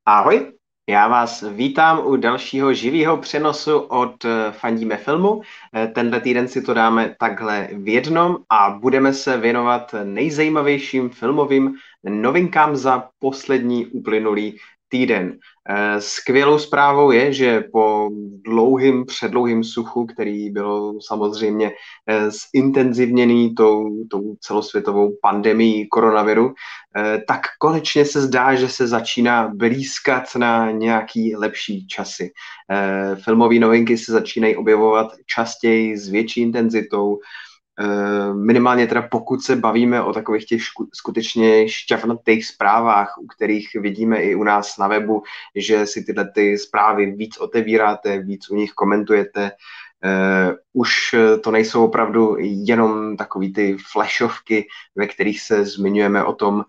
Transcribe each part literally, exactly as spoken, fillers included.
Ahoj, já vás vítám u dalšího živého přenosu od eh, Fandíme filmu. Eh, Tenhle týden si to dáme takhle v jednom a budeme se věnovat nejzajímavějším filmovým novinkám za poslední uplynulý týden. Eh, Skvělou zprávou je, že po dlouhým, předlouhým suchu, který byl samozřejmě eh, zintenzivněný tou, tou celosvětovou pandemií koronaviru, Eh, tak konečně se zdá, že se začíná blýskat na nějaký lepší časy. Eh, Filmové novinky se začínají objevovat častěji, s větší intenzitou. Eh, Minimálně teda pokud se bavíme o takových těch šku- skutečně šťavnatých zprávách, u kterých vidíme i u nás na webu, že si tyhle ty zprávy víc otevíráte, víc u nich komentujete. Uh, už to nejsou opravdu jenom takový ty flashovky, ve kterých se zmiňujeme o tom, uh,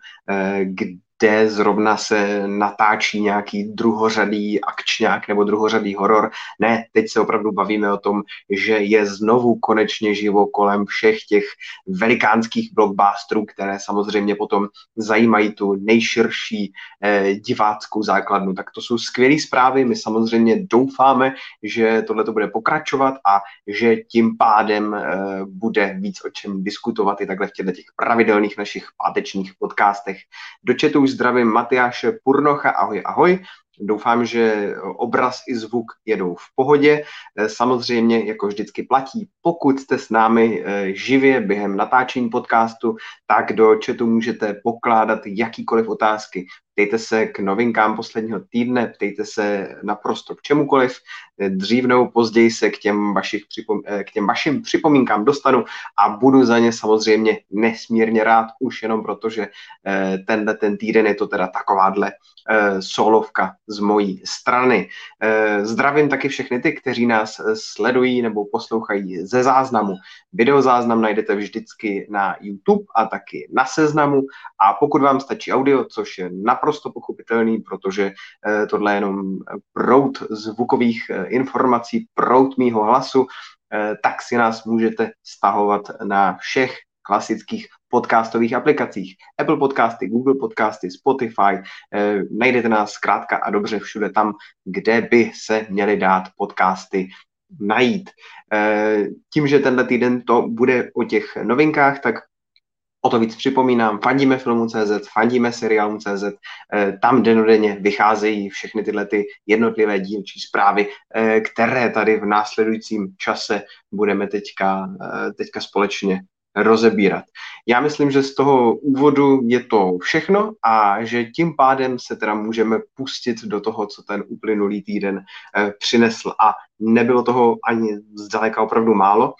kde zrovna se natáčí nějaký druhořadý akčňák nebo druhořadý horor. Ne, teď se opravdu bavíme o tom, že je znovu konečně živo kolem všech těch velikánských blockbusterů, které samozřejmě potom zajímají tu nejširší eh, diváckou základnu. Tak to jsou skvělé zprávy, my samozřejmě doufáme, že tohle to bude pokračovat a že tím pádem eh, bude víc o čem diskutovat i takhle v těchto těch pravidelných našich pátečních podcastech. Do chatu už zdravím Matyáše Purnocha, ahoj, ahoj. Doufám, že obraz i zvuk jedou v pohodě. Samozřejmě, jako vždycky platí, pokud jste s námi živě během natáčení podcastu, tak do chatu můžete pokládat jakýkoliv otázky. Ptejte se k novinkám posledního týdne, ptejte se naprosto k čemukoliv. Dřív nebo později se k těm, vašich připom- k těm vašim připomínkám dostanu a budu za ně samozřejmě nesmírně rád, už jenom proto, že tenhle ten týden je to teda takováhle solovka z mojí strany. Zdravím taky všechny ty, kteří nás sledují nebo poslouchají ze záznamu. Videozáznam najdete vždycky na YouTube a taky na Seznamu a pokud vám stačí audio, což je naprosto pochopitelný, protože tohle je jenom proud zvukových informací, proud mýho hlasu, tak si nás můžete stahovat na všech klasických podcastových aplikacích. Apple podcasty, Google podcasty, Spotify. Eh, najdete nás zkrátka a dobře všude tam, kde by se měly dát podcasty najít. Eh, tím, že tenhle týden to bude o těch novinkách, tak o to víc připomínám, fandíme filmu tečka cé zet, fandíme seriálu tečka cé zet, tam denodenně vycházejí všechny tyhle ty jednotlivé dílčí zprávy, které tady v následujícím čase budeme teďka, teďka společně rozebírat. Já myslím, že z toho úvodu je to všechno a že tím pádem se teda můžeme pustit do toho, co ten uplynulý týden přinesl a nebylo toho ani zdaleka opravdu málo.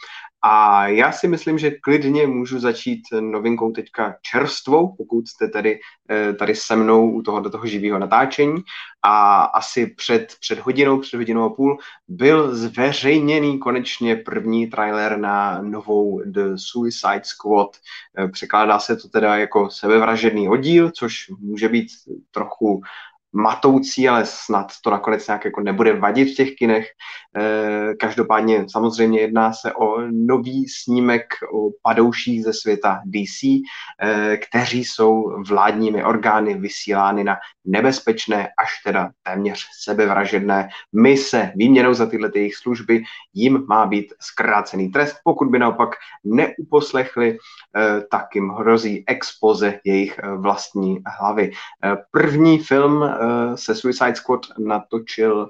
A já si myslím, že klidně můžu začít novinkou teďka čerstvou, pokud jste tady, tady se mnou u toho, do toho živého natáčení. A asi před, před hodinou, před hodinou a půl byl zveřejněný konečně první trailer na novou The Suicide Squad. Překládá se to teda jako sebevražedný oddíl, což může být trochu matoucí, ale snad to nakonec nějak jako nebude vadit v těch kinech. Každopádně samozřejmě jedná se o nový snímek o padouších ze světa D C, kteří jsou vládními orgány vysílány na nebezpečné až teda téměř sebevražedné mise. Výměnou za tyhle jejich služby jim má být zkrácený trest. Pokud by naopak neuposlechli, tak jim hrozí expoze jejich vlastní hlavy. První film se Suicide Squad natočil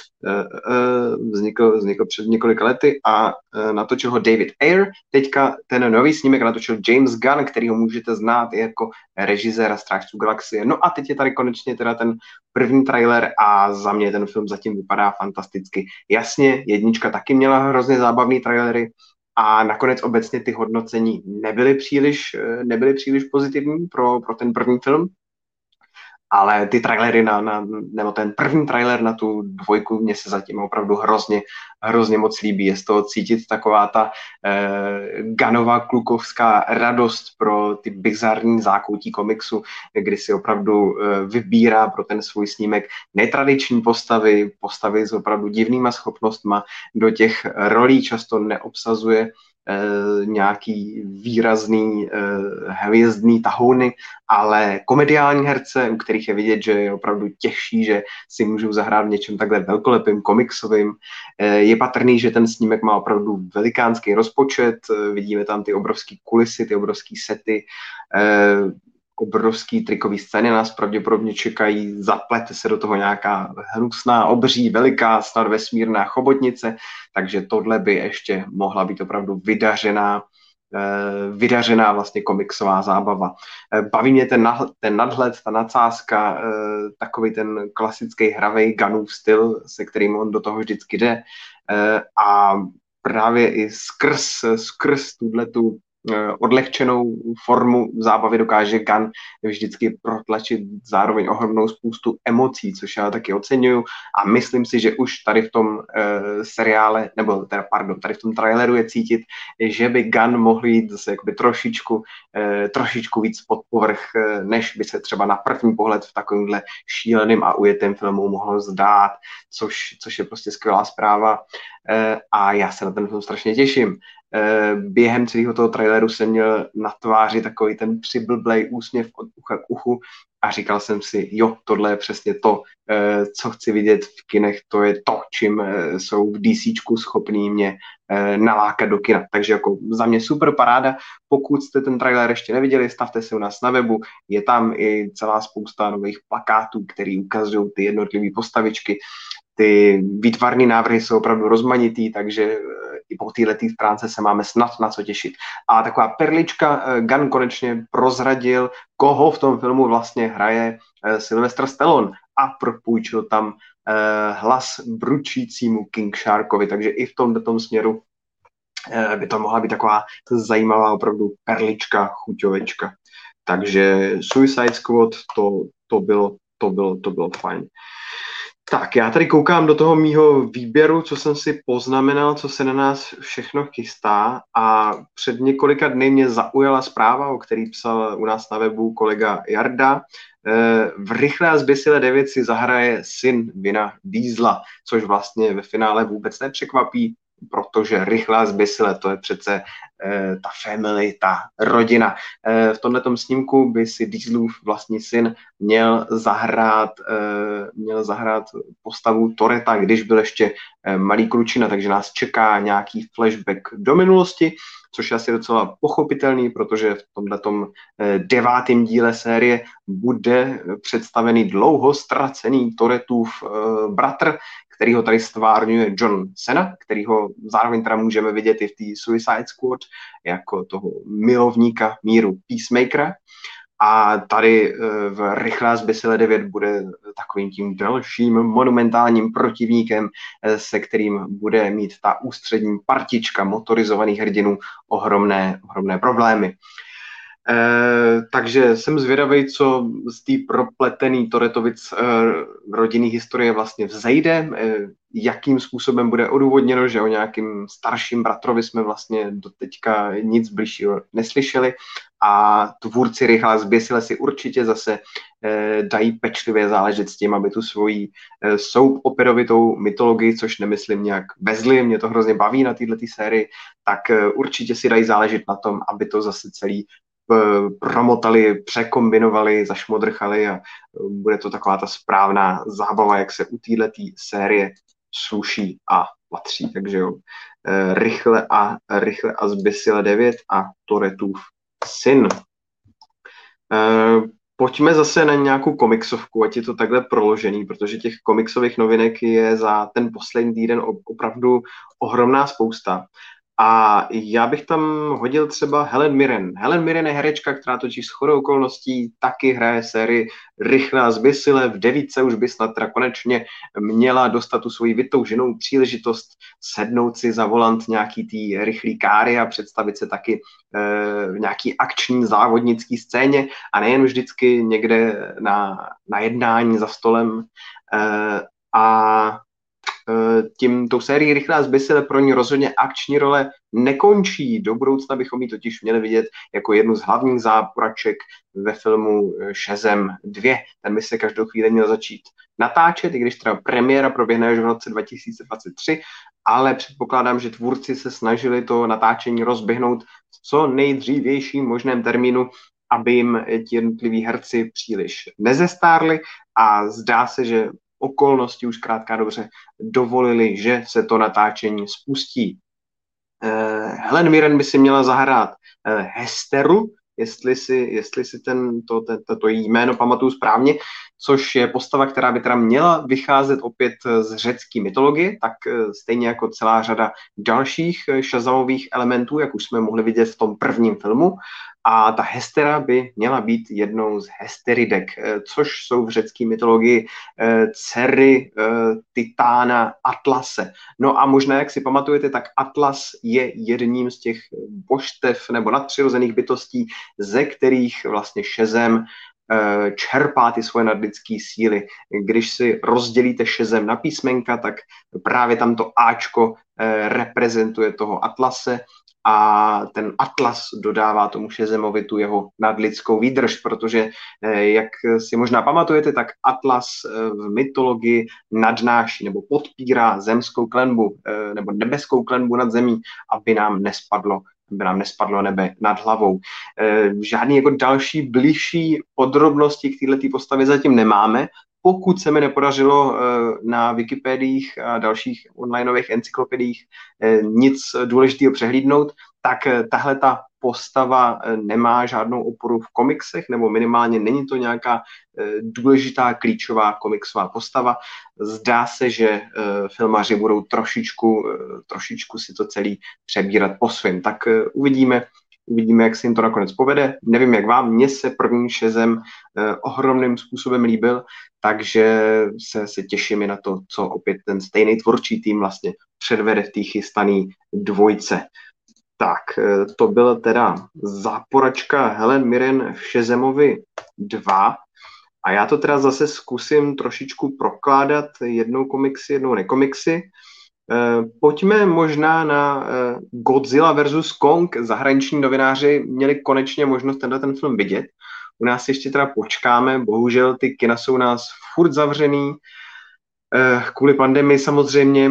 Vznikl, vznikl před několika lety a natočil ho David Ayer. Teďka ten nový snímek natočil James Gunn, který ho můžete znát jako režiséra Strážců galaxie. No a teď je tady konečně teda ten první trailer a za mě ten film zatím vypadá fantasticky. Jasně, jednička taky měla hrozně zábavný trailery a nakonec obecně ty hodnocení nebyly příliš, nebyly příliš pozitivní pro, pro ten první film. Ale ty trailery na, na, nebo ten první trailer na tu dvojku mě se zatím opravdu hrozně, hrozně moc líbí. Je z toho cítit taková ta eh, Gunnová klukovská radost pro ty bizarní zákoutí komiksu, kdy si opravdu eh, vybírá pro ten svůj snímek netradiční postavy, postavy s opravdu divnýma schopnostma, do těch rolí často neobsazuje e, nějaký výrazný e, hvězdný tahouny, ale komediální herce, u kterých je vidět, že je opravdu těžší, že si můžou zahrát v něčem takhle velkolepým, komiksovým. E, je patrný, že ten snímek má opravdu velikánský rozpočet, e, vidíme tam ty obrovský kulisy, ty obrovský sety, e, obrovský trikový scény nás pravděpodobně čekají, zaplete se do toho nějaká hnusná, obří, veliká, snad vesmírná chobotnice, takže tohle by ještě mohla být opravdu vydařená, vydařená vlastně komiksová zábava. Baví mě ten, nahled, ten nadhled, ta nadsázka, takový ten klasický hravej Gunnův styl, se kterým on do toho vždycky jde, a právě i skrz, skrz tuhletu odlehčenou formu zábavy dokáže Gunn vždycky protlačit zároveň ohromnou spoustu emocí, což já taky oceňuju, a myslím si, že už tady v tom uh, seriále, nebo teda, pardon, tady v tom traileru je cítit, že by Gunn mohl jít zase jakoby trošičku, uh, trošičku víc pod povrch, uh, než by se třeba na první pohled v takovémhle šíleným a ujetém filmu mohlo zdát, což, což je prostě skvělá zpráva, uh, a já se na ten film strašně těším. Během celého toho traileru jsem měl na tváři takový ten přiblblej úsměv od ucha k uchu a říkal jsem si, jo, tohle je přesně to, co chci vidět v kinech, to je to, čím jsou v DCčku schopní mě nalákat do kina. Takže jako za mě super paráda. Pokud jste ten trailer ještě neviděli, stavte se u nás na webu, je tam i celá spousta nových plakátů, které ukazují ty jednotlivé postavičky. Ty výtvarné návrhy jsou opravdu rozmanitý, takže i po této stránce se máme snad na co těšit. A taková perlička, Gunn konečně prozradil, koho v tom filmu vlastně hraje Sylvester Stallone, a propůjčil tam hlas bručícímu King Sharkovi, takže i v tomto směru by to mohla být taková zajímavá opravdu perlička, chuťovečka. Takže Suicide Squad, to, to, bylo, to, bylo, to bylo fajn. Tak, já tady koukám do toho mýho výběru, co jsem si poznamenal, co se na nás všechno chystá, a před několika dny mě zaujala zpráva, o který psal u nás na webu kolega Jarda. V Rychlé a zběsilé devět si zahraje syn Vina Diesla, což vlastně ve finále vůbec nepřekvapí, protože Rychlé a zběsilé, to je přece eh, ta family, ta rodina. Eh, v tomhletom snímku by si Dieselův vlastní syn měl zahrát, eh, měl zahrát postavu Toreta, když byl ještě eh, malý klučina, takže nás čeká nějaký flashback do minulosti, což je asi docela pochopitelný, protože v tomhletom eh, devátém díle série bude představený dlouho ztracený Toretův eh, bratr, který ho tady stvárňuje John Cena, který ho zároveň teda můžeme vidět i v té Suicide Squad jako toho milovníka míru Peacemakera. A tady v Rychlé a zběsilé devět bude takovým tím dalším monumentálním protivníkem, se kterým bude mít ta ústřední partička motorizovaných hrdinů ohromné, ohromné problémy. Eh, takže jsem zvědavý, co z té propletený Toretovic eh, rodinný historie vlastně vzejde, eh, jakým způsobem bude odůvodněno, že o nějakým starším bratrovi jsme vlastně doteďka nic bližšího neslyšeli, a tvůrci Rychle a zběsile si určitě zase eh, dají pečlivě záležet s tím, aby tu svoji eh, soap operovitou mytologii, což nemyslím nějak bezli, mě to hrozně baví na této sérii, tak eh, určitě si dají záležet na tom, aby to zase celý promotali, překombinovali, zašmodrchali, a bude to taková ta správná zábava, jak se u této série sluší a patří. Takže jo, rychle a, rychle a zběsile devět a Toretův syn. Pojďme zase na nějakou komiksovku, ať je to takhle proložený, protože těch komiksových novinek je za ten poslední týden opravdu ohromná spousta. A já bych tam hodil třeba Helen Mirren. Helen Mirren je herečka, která totiž shodou okolností taky hraje sérii Rychle a zběsile. V devítce už by snad teda konečně měla dostat tu svoji vytouženou příležitost sednout si za volant nějaký tý rychlý káry a představit se taky e, v nějaký akční závodnický scéně, a nejen vždycky někde na, na jednání za stolem. E, a tím tou sérií Rychlá a zběsile pro ní rozhodně akční role nekončí. Do budoucna bychom ji totiž měli vidět jako jednu z hlavních záporaček ve filmu Shazam dva. Ten by se každou chvíli měl začít natáčet, i když teda premiéra proběhne až v roce dva tisíce dvacet tři, ale předpokládám, že tvůrci se snažili to natáčení rozběhnout v co nejdřívějším možném termínu, aby jim ti jednotliví herci příliš nezestárli a zdá se, že okolnosti už zkrátka dobře dovolili, že se to natáčení spustí. Helen Mirren by si měla zahrát Hesteru, jestli si, jestli si ten, to, ten, to, to jméno pamatuju správně, což je postava, která by teda měla vycházet opět z řecké mytologie, tak stejně jako celá řada dalších Shazamových elementů, jak už jsme mohli vidět v tom prvním filmu. A ta Hestera by měla být jednou z Hesteridek, což jsou v řecké mytologii dcery titána Atlase. No a možná, jak si pamatujete, tak Atlas je jedním z těch božstev nebo nadpřirozených bytostí, ze kterých vlastně Shazam čerpá ty svoje nadlidské síly. Když si rozdělíte Shazam na písmenka, tak právě tam to Ačko reprezentuje toho Atlase, a ten Atlas dodává tomu Shazamovi tu jeho nadlidskou výdrž, protože, jak si možná pamatujete, tak Atlas v mytologii nadnáší nebo podpírá zemskou klenbu nebo nebeskou klenbu nad zemí, aby nám nespadlo aby nám nespadlo nebe nad hlavou. Žádný jako další bližší podrobnosti k této postavě zatím nemáme. Pokud se mi nepodařilo na Wikipediích a dalších onlineových encyklopediích nic důležitého přehlídnout, tak tahle ta postava nemá žádnou oporu v komiksech, nebo minimálně není to nějaká důležitá klíčová komiksová postava. Zdá se, že filmaři budou trošičku, trošičku si to celý přebírat po svým. Tak uvidíme, Uvidíme, jak se jim to nakonec povede. Nevím, jak vám, mně se první Shazam eh, ohromným způsobem líbil, takže se, se těším i na to, co opět ten stejný tvůrčí tým vlastně předvede v té chystané dvojce. Tak, eh, to byla teda záporačka Helen Mirren v Shazamovi dva. A já to teda zase zkusím trošičku prokládat jednou komiksy, jednou nekomiksy. Pojďme možná na Godzilla versus Kong. Zahraniční novináři měli konečně možnost tenhle ten film vidět. U nás ještě teda počkáme, bohužel ty kina jsou u nás furt zavřený, kvůli pandemii samozřejmě.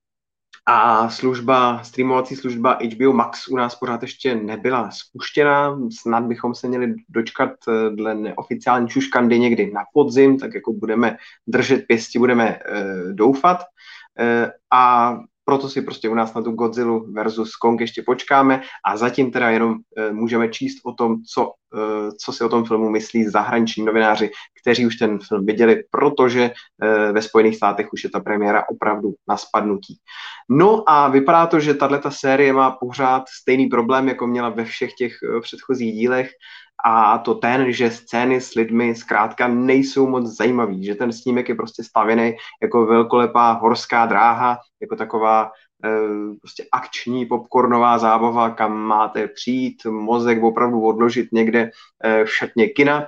A služba, streamovací služba H B O Max u nás pořád ještě nebyla spuštěna. Snad bychom se měli dočkat dle neoficiální šuškandy někdy na podzim, tak jako budeme držet pěsti, budeme uh, doufat. Uh, a proto si prostě u nás na tu Godzilla versus Kong ještě počkáme a zatím teda jenom uh, můžeme číst o tom, co, uh, co si o tom filmu myslí zahraniční novináři, kteří už ten film viděli, protože uh, ve Spojených státech už je ta premiéra opravdu na spadnutí. No a vypadá to, že tato série má pořád stejný problém, jako měla ve všech těch uh, předchozích dílech, a to ten, že scény s lidmi zkrátka nejsou moc zajímavý, že ten snímek je prostě stavěný jako velkolepá horská dráha, jako taková e, prostě akční popcornová zábava, kam máte přijít, mozek opravdu odložit někde e, v šatně kina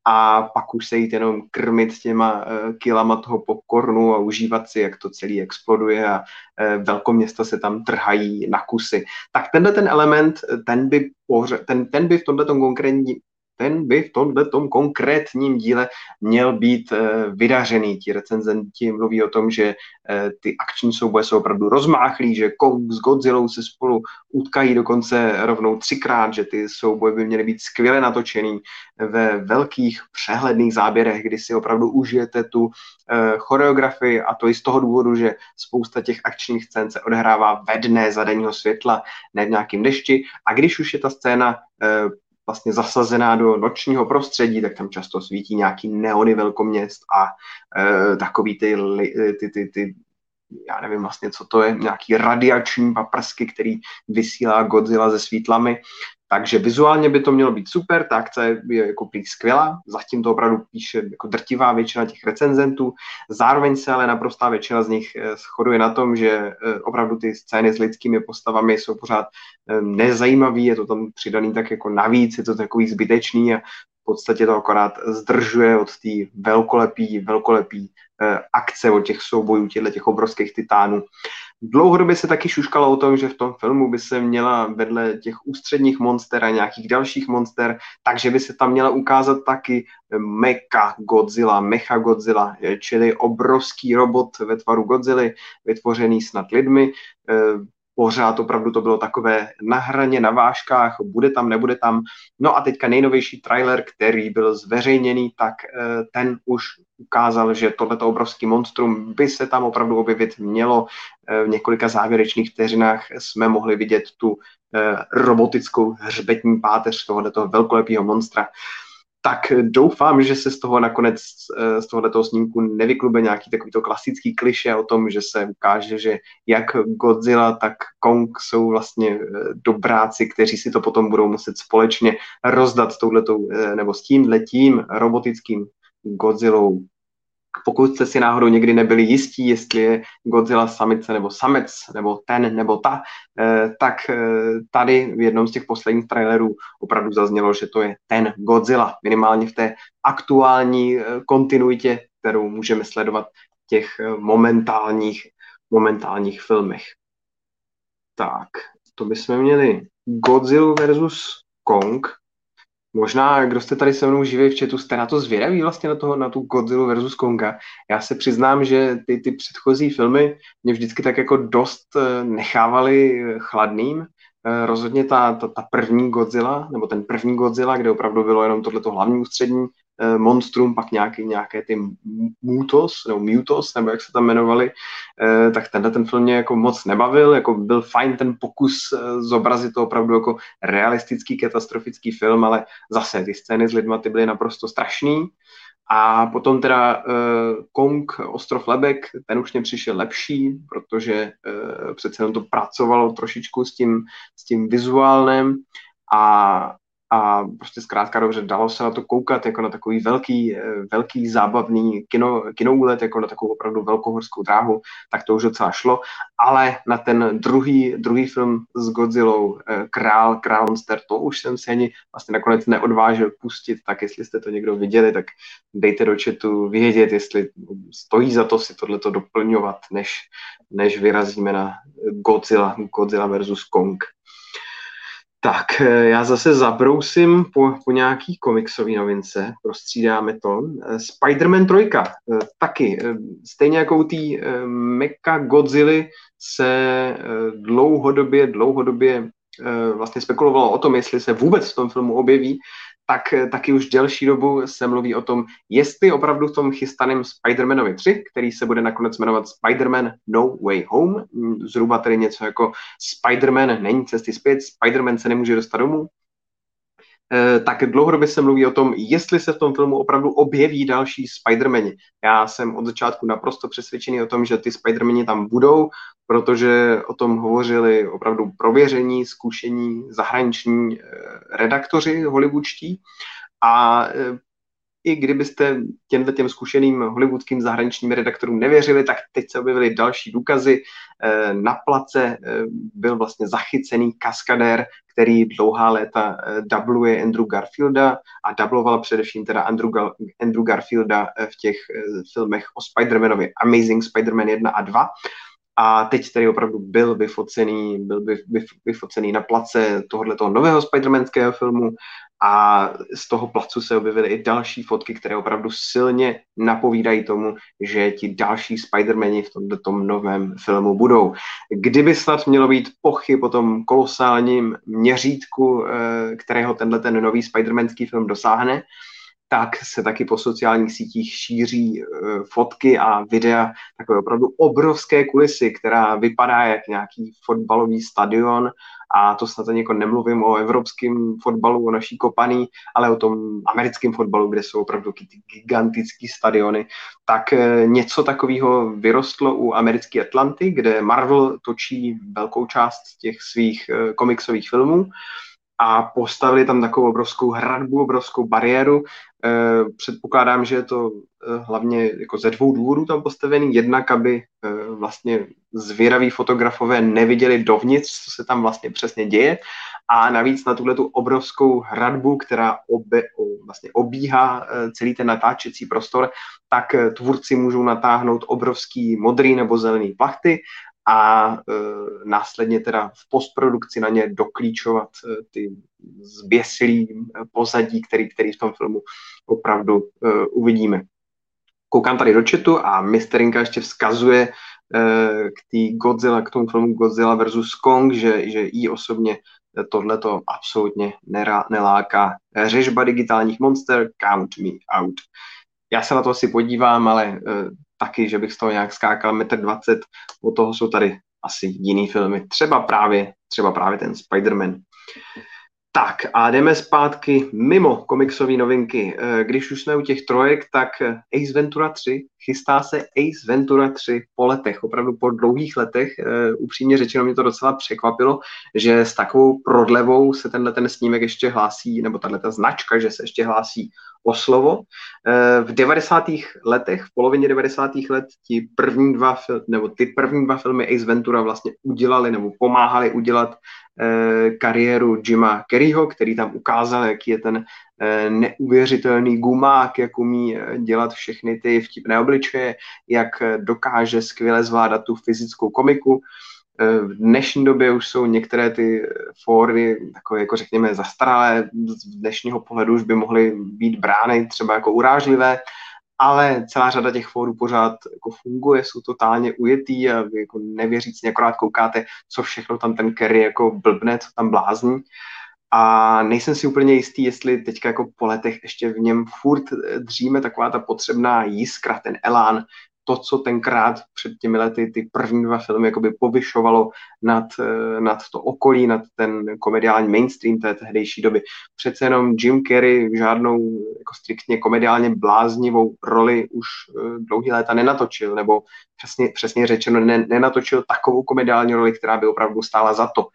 a pak už se jít jenom krmit těma e, kilama toho popcornu a užívat si, jak to celý exploduje a e, velkoměsta se tam trhají na kusy. Tak tenhle ten element, ten by, poře- ten, ten by v tomhle konkrétním ten by v tomto konkrétním díle měl být uh, vydařený. Ti recenzenti mluví o tom, že uh, ty akční souboje jsou opravdu rozmáchlý, že Kong s Godzillou se spolu utkají dokonce rovnou třikrát, že ty souboje by měly být skvěle natočený ve velkých přehledných záběrech, kdy si opravdu užijete tu uh, choreografii, a to i z toho důvodu, že spousta těch akčních scén se odehrává ve dne za denního světla, ne v nějakém dešti, a když už je ta scéna uh, vlastně zasazená do nočního prostředí, tak tam často svítí nějaký neony velkoměst a e, takový ty, ty, ty, ty, já nevím vlastně, co to je, nějaký radiační paprsky, který vysílá Godzilla se svítlami. Takže vizuálně by to mělo být super, ta akce je jako prý skvělá, zatím to opravdu píše jako drtivá většina těch recenzentů, zároveň se ale naprostá většina z nich shoduje na tom, že opravdu ty scény s lidskými postavami jsou pořád nezajímavý, je to tam přidaný tak jako navíc, je to takový zbytečný a v podstatě to akorát zdržuje od té velkolepý, velkolepý akce, od těch soubojů, těchto těch obrovských titánů. Dlouhodobě se taky šuškalo o tom, že v tom filmu by se měla vedle těch ústředních monster a nějakých dalších monster, takže by se tam měla ukázat taky Mecha Godzilla, Mecha Godzilla, čili obrovský robot ve tvaru Godzilly, vytvořený snad lidmi. Pořád opravdu to bylo takové na hraně, na vážkách, bude tam, nebude tam. No a teďka nejnovější trailer, který byl zveřejněný, tak ten už ukázal, že tohleto obrovský monstrum by se tam opravdu objevit mělo. V několika závěrečných vteřinách jsme mohli vidět tu robotickou hřbetní páteř tohoto velkolepého monstra. Tak doufám, že se z toho nakonec, z tohoto snímku nevyklube nějaký takovýto klasický klišé o tom, že se ukáže, že jak Godzilla, tak Kong jsou vlastně dobráci, kteří si to potom budou muset společně rozdat touhletou, nebo s tímhletím robotickým Godzillou. Pokud jste si náhodou někdy nebyli jistí, jestli je Godzilla samice nebo samec, nebo ten nebo ta, tak tady v jednom z těch posledních trailerů opravdu zaznělo, že to je ten Godzilla, minimálně v té aktuální kontinuitě, kterou můžeme sledovat v těch momentálních, momentálních filmech. Tak, to bychom měli Godzilla versus Kong. Možná, kdo jste tady se mnou živě v chatu, jste na to zvědaví vlastně na, toho, na tu Godzilla versus Konga. Já se přiznám, že ty, ty předchozí filmy mě vždycky tak jako dost nechávaly chladným. Rozhodně ta, ta, ta první Godzilla, nebo ten první Godzilla, kde opravdu bylo jenom tohleto hlavní ústřední monstrum, pak nějaký, nějaké ty Mutos, nebo Mutos, nebo jak se tam jmenovali, tak tenhle ten film mě jako moc nebavil, jako byl fajn ten pokus zobrazit to opravdu jako realistický, katastrofický film, ale zase ty scény s lidma ty byly naprosto strašný. A potom teda uh, Kong, Ostrov lebek, ten už mě přišel lepší, protože uh, přece jenom to pracovalo trošičku s tím, s tím vizuálem a a prostě zkrátka dobře dalo se na to koukat jako na takový velký, velký zábavný kino, kinoúlet, jako na takovou opravdu velkohorskou dráhu, tak to už docela šlo, ale na ten druhý, druhý film s Godzillou, Král, Král monster, to už jsem se ani vlastně nakonec neodvážil pustit, tak jestli jste to někdo viděli, tak dejte do chatu vědět, jestli stojí za to si tohleto doplňovat, než, než vyrazíme na Godzilla, Godzilla versus Kong. Tak, já zase zabrousím po, po nějaký komiksový novince, prostřídáme to. Spider-Man tři, taky, stejně jako u té Mecha Godzilly se dlouhodobě, dlouhodobě vlastně spekulovalo o tom, jestli se vůbec v tom filmu objeví, tak taky už delší dobu se mluví o tom, jestli opravdu v tom chystaném Spider-Manovi tři, který se bude nakonec jmenovat Spider-Man No Way Home, zhruba tedy něco jako Spider-Man není cesty zpět, Spider-Man se nemůže dostat domů, tak dlouhodobě se mluví o tom, jestli se v tom filmu opravdu objeví další Spider-Mani. Já jsem od začátku naprosto přesvědčený o tom, že ty Spider-Mani tam budou, protože o tom hovořili opravdu prověření, zkušení, zahraniční redaktoři hollywoodští a i kdybyste těmhle těm zkušeným hollywoodským zahraničním redaktorům nevěřili, tak teď se objevily další důkazy. Na place byl vlastně zachycený kaskadér, který dlouhá léta dubluje Andrew Garfielda a dubloval především teda Andrew, Gar- Andrew Garfielda v těch filmech o Spider-Manovi Amazing Spider-Man jedna a dva. A teď tedy opravdu byl vyfocený, byl by, by, vyfocený na place tohoto nového spidermanského filmu a z toho placu se objevily i další fotky, které opravdu silně napovídají tomu, že ti další Spidermani v tomto novém filmu budou. Kdyby snad mělo být pochyb o tom kolosálním měřítku, kterého tenhle ten nový spidermanský film dosáhne, tak se taky po sociálních sítích šíří uh, fotky a videa takové opravdu obrovské kulisy, která vypadá jak nějaký fotbalový stadion a to snad ani jako nemluvím o evropském fotbalu, o naší kopaný, ale o tom americkém fotbalu, kde jsou opravdu ty gigantické stadiony. Tak uh, něco takového vyrostlo u americké Atlanty, kde Marvel točí velkou část těch svých uh, komiksových filmů a postavili tam takovou obrovskou hradbu, obrovskou bariéru. E, předpokládám, že je to e, hlavně jako ze dvou důvodů tam postavený. Jednak, aby e, vlastně zvědaví fotografové neviděli dovnitř, co se tam vlastně přesně děje. A navíc na tuhletu obrovskou hradbu, která obe, o, vlastně obíhá e, celý ten natáčecí prostor, tak e, tvůrci můžou natáhnout obrovský modrý nebo zelený plachty a e, následně teda v postprodukci na ně doklíčovat e, ty zběsilý pozadí, který, který v tom filmu opravdu e, uvidíme. Koukám tady do chatu a misterinka ještě vzkazuje e, k té Godzilla, k tomu filmu Godzilla versus Kong, že, že jí osobně tohleto absolutně nerá, neláká. Řežba digitálních monster, count me out. Já se na to asi podívám, ale e, taky, že bych z toho nějak skákal metr dvacet, od toho jsou tady asi jiný filmy. Třeba právě, třeba právě ten Spider-Man. Tak a jdeme zpátky mimo komiksové novinky. Když už jsme u těch trojek, tak Ace Ventura tři, chystá se Ace Ventura tři po letech, opravdu po dlouhých letech. Upřímně řečeno mě to docela překvapilo, že s takovou prodlevou se tenhle ten snímek ještě hlásí, nebo tato značka, že se ještě hlásí o slovo. V devadesátých letech, v polovině devadesátých let, ti první dva, nebo ty první dva filmy Ace Ventura vlastně udělali, nebo pomáhali udělat eh, kariéru Jima Carreyho, který tam ukázal, jaký je ten eh, neuvěřitelný gumák, jak umí dělat všechny ty vtipné obličeje, jak dokáže skvěle zvládat tu fyzickou komiku. V dnešní době už jsou některé ty fóry takové, jako řekněme, zastaralé, z dnešního pohledu už by mohly být brány třeba jako urážlivé, ale celá řada těch fórů pořád jako funguje, jsou totálně ujetý a vy jako nevěřícně akorát koukáte, co všechno tam ten Carrey jako blbne, co tam blázní. A nejsem si úplně jistý, jestli teďka jako po letech ještě v něm furt dříme taková ta potřebná jiskra, ten elán, to, co tenkrát před těmi lety ty první dva filmy jakoby povyšovalo nad, nad to okolí, nad ten komediální mainstream té tehdejší doby. Přece jenom Jim Carrey žádnou jako striktně komediálně bláznivou roli už dlouhý léta nenatočil, nebo přesně, přesně řečeno ne, nenatočil takovou komediální roli, která by opravdu stála za to.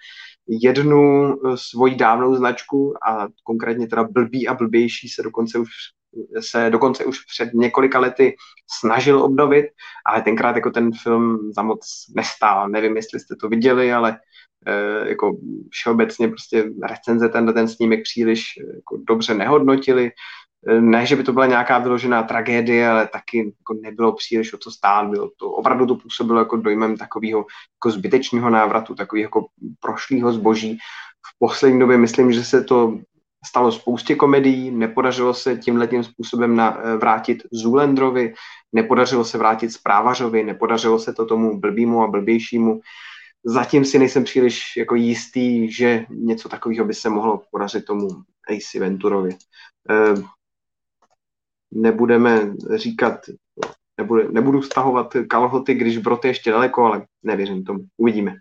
Jednu svoji dávnou značku, a konkrétně teda Blbý a blbější, se dokonce už se dokonce už před několika lety snažil obnovit, ale tenkrát jako ten film za moc nestál. Nevím, jestli jste to viděli, ale e, jako všeobecně prostě recenze ten, ten snímek příliš jako dobře nehodnotili. E, ne, že by to byla nějaká vyložená tragédie, ale taky jako nebylo příliš o co stát. Bylo to, opravdu to působilo jako dojmem takového jako zbytečného návratu, takového jako prošlého zboží. V poslední době myslím, že se to stalo spoustě komedií, nepodařilo se tímhletím způsobem na, vrátit Zoolanderovi, nepodařilo se vrátit Zprávařovi, nepodařilo se to tomu blbýmu a blbějšímu. Zatím si nejsem příliš jako jistý, že něco takového by se mohlo podařit tomu Ace Venturovi. E, nebudeme říkat, nebude, nebudu stahovat kalhoty, když brod je ještě daleko, ale nevěřím tomu. Uvidíme.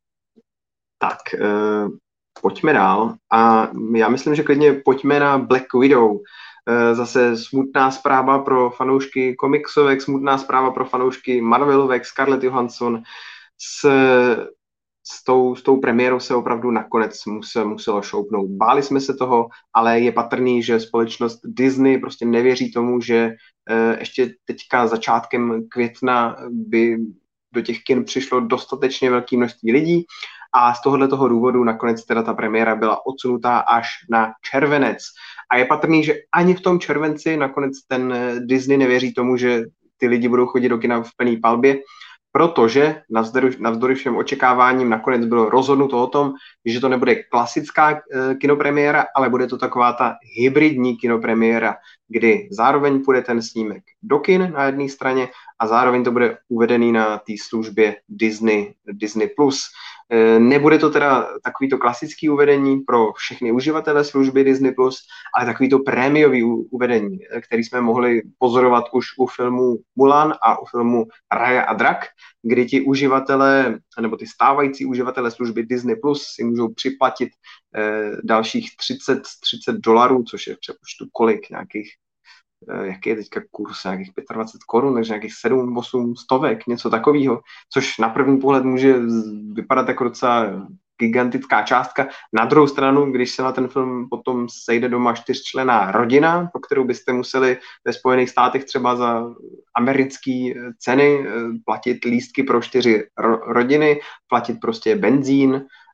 Tak, e, pojďme dál a já myslím, že klidně pojďme na Black Widow. Zase smutná zpráva pro fanoušky komiksovek, smutná zpráva pro fanoušky Marvelovek, Scarlett Johansson. S, s, tou, s tou premiérou se opravdu nakonec musel, muselo šoupnout. Báli jsme se toho, ale je patrný, že společnost Disney prostě nevěří tomu, že ještě teďka začátkem května by do těch kin přišlo dostatečně velké množství lidí, a z tohohle toho důvodu nakonec teda ta premiéra byla odsunutá až na červenec. A je patrný, že ani v tom červenci nakonec ten Disney nevěří tomu, že ty lidi budou chodit do kina v plný palbě, protože navzdory, navzdory všem očekáváním nakonec bylo rozhodnuto o tom, že to nebude klasická e, kinopremiéra, ale bude to taková ta hybridní kinopremiéra, kdy zároveň půjde ten snímek do kin na jedné straně a zároveň to bude uvedený na té službě Disney, Disney plus. E, nebude to teda takovýto klasický uvedení pro všechny uživatele služby Disney plus, ale takovýto prémiový uvedení, který jsme mohli pozorovat už u filmu Mulan a u filmu Raya a drak, kdy ti uživatelé, nebo ty stávající uživatelé služby Disney plus si můžou připlatit eh, dalších třicet dolarů, což je v přepočtu kolik, nějakých, eh, jaký je teďka kurz, nějakých dvacet pět korun, takže nějakých sedm osm stovek, něco takového, což na první pohled může vypadat jako docela gigantická částka. Na druhou stranu, když se na ten film potom sejde doma čtyřčlenná rodina, po kterou byste museli ve Spojených státech třeba za americké ceny platit lístky pro čtyři ro- rodiny, platit prostě benzín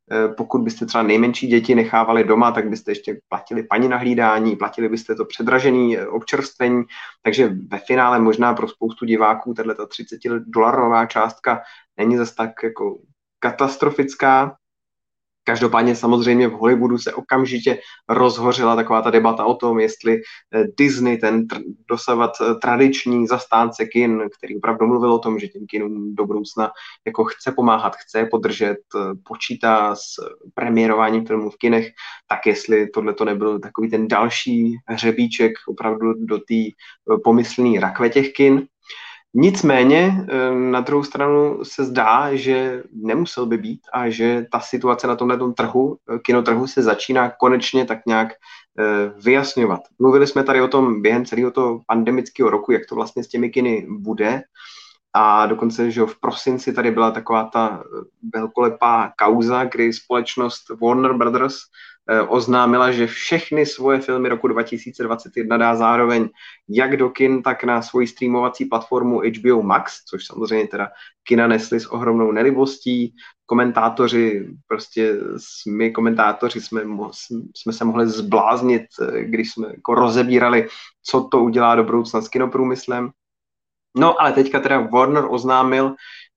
pokud byste třeba nejmenší děti nechávali doma, tak byste ještě platili paní na hlídání, platili byste to předražené občerstvení, takže ve finále možná pro spoustu diváků tato třicet dolarová částka není zase tak jako katastrofická. Každopádně samozřejmě v Hollywoodu se okamžitě rozhořela taková ta debata o tom, jestli Disney, ten tr- dosavat tradiční zastánce kin, který opravdu mluvil o tom, že těm kinům do budoucna jako chce pomáhat, chce podržet, počítá s premiérováním filmů v kinech, tak jestli tohle to nebyl takový ten další hřebíček opravdu do té pomyslné rakve těch kin. Nicméně na druhou stranu se zdá, že nemusel by být a že ta situace na tomhle trhu, kinotrhu se začíná konečně tak nějak vyjasňovat. Mluvili jsme tady o tom během celého toho pandemického roku, jak to vlastně s těmi kiny bude, a dokonce, že v prosinci tady byla taková ta velkolepá kauza, kdy společnost Warner Brothers oznámila, že všechny svoje filmy roku dva tisíce dvacet jedna dá zároveň jak do kin, tak na svoji streamovací platformu H B O Max, což samozřejmě teda kina nesli s ohromnou nelibostí. Komentátoři, prostě my komentátoři jsme, jsme se mohli zbláznit, když jsme jako rozebírali, co to udělá do budoucna s kinoprůmyslem. No ale teďka teda Warner oznámil,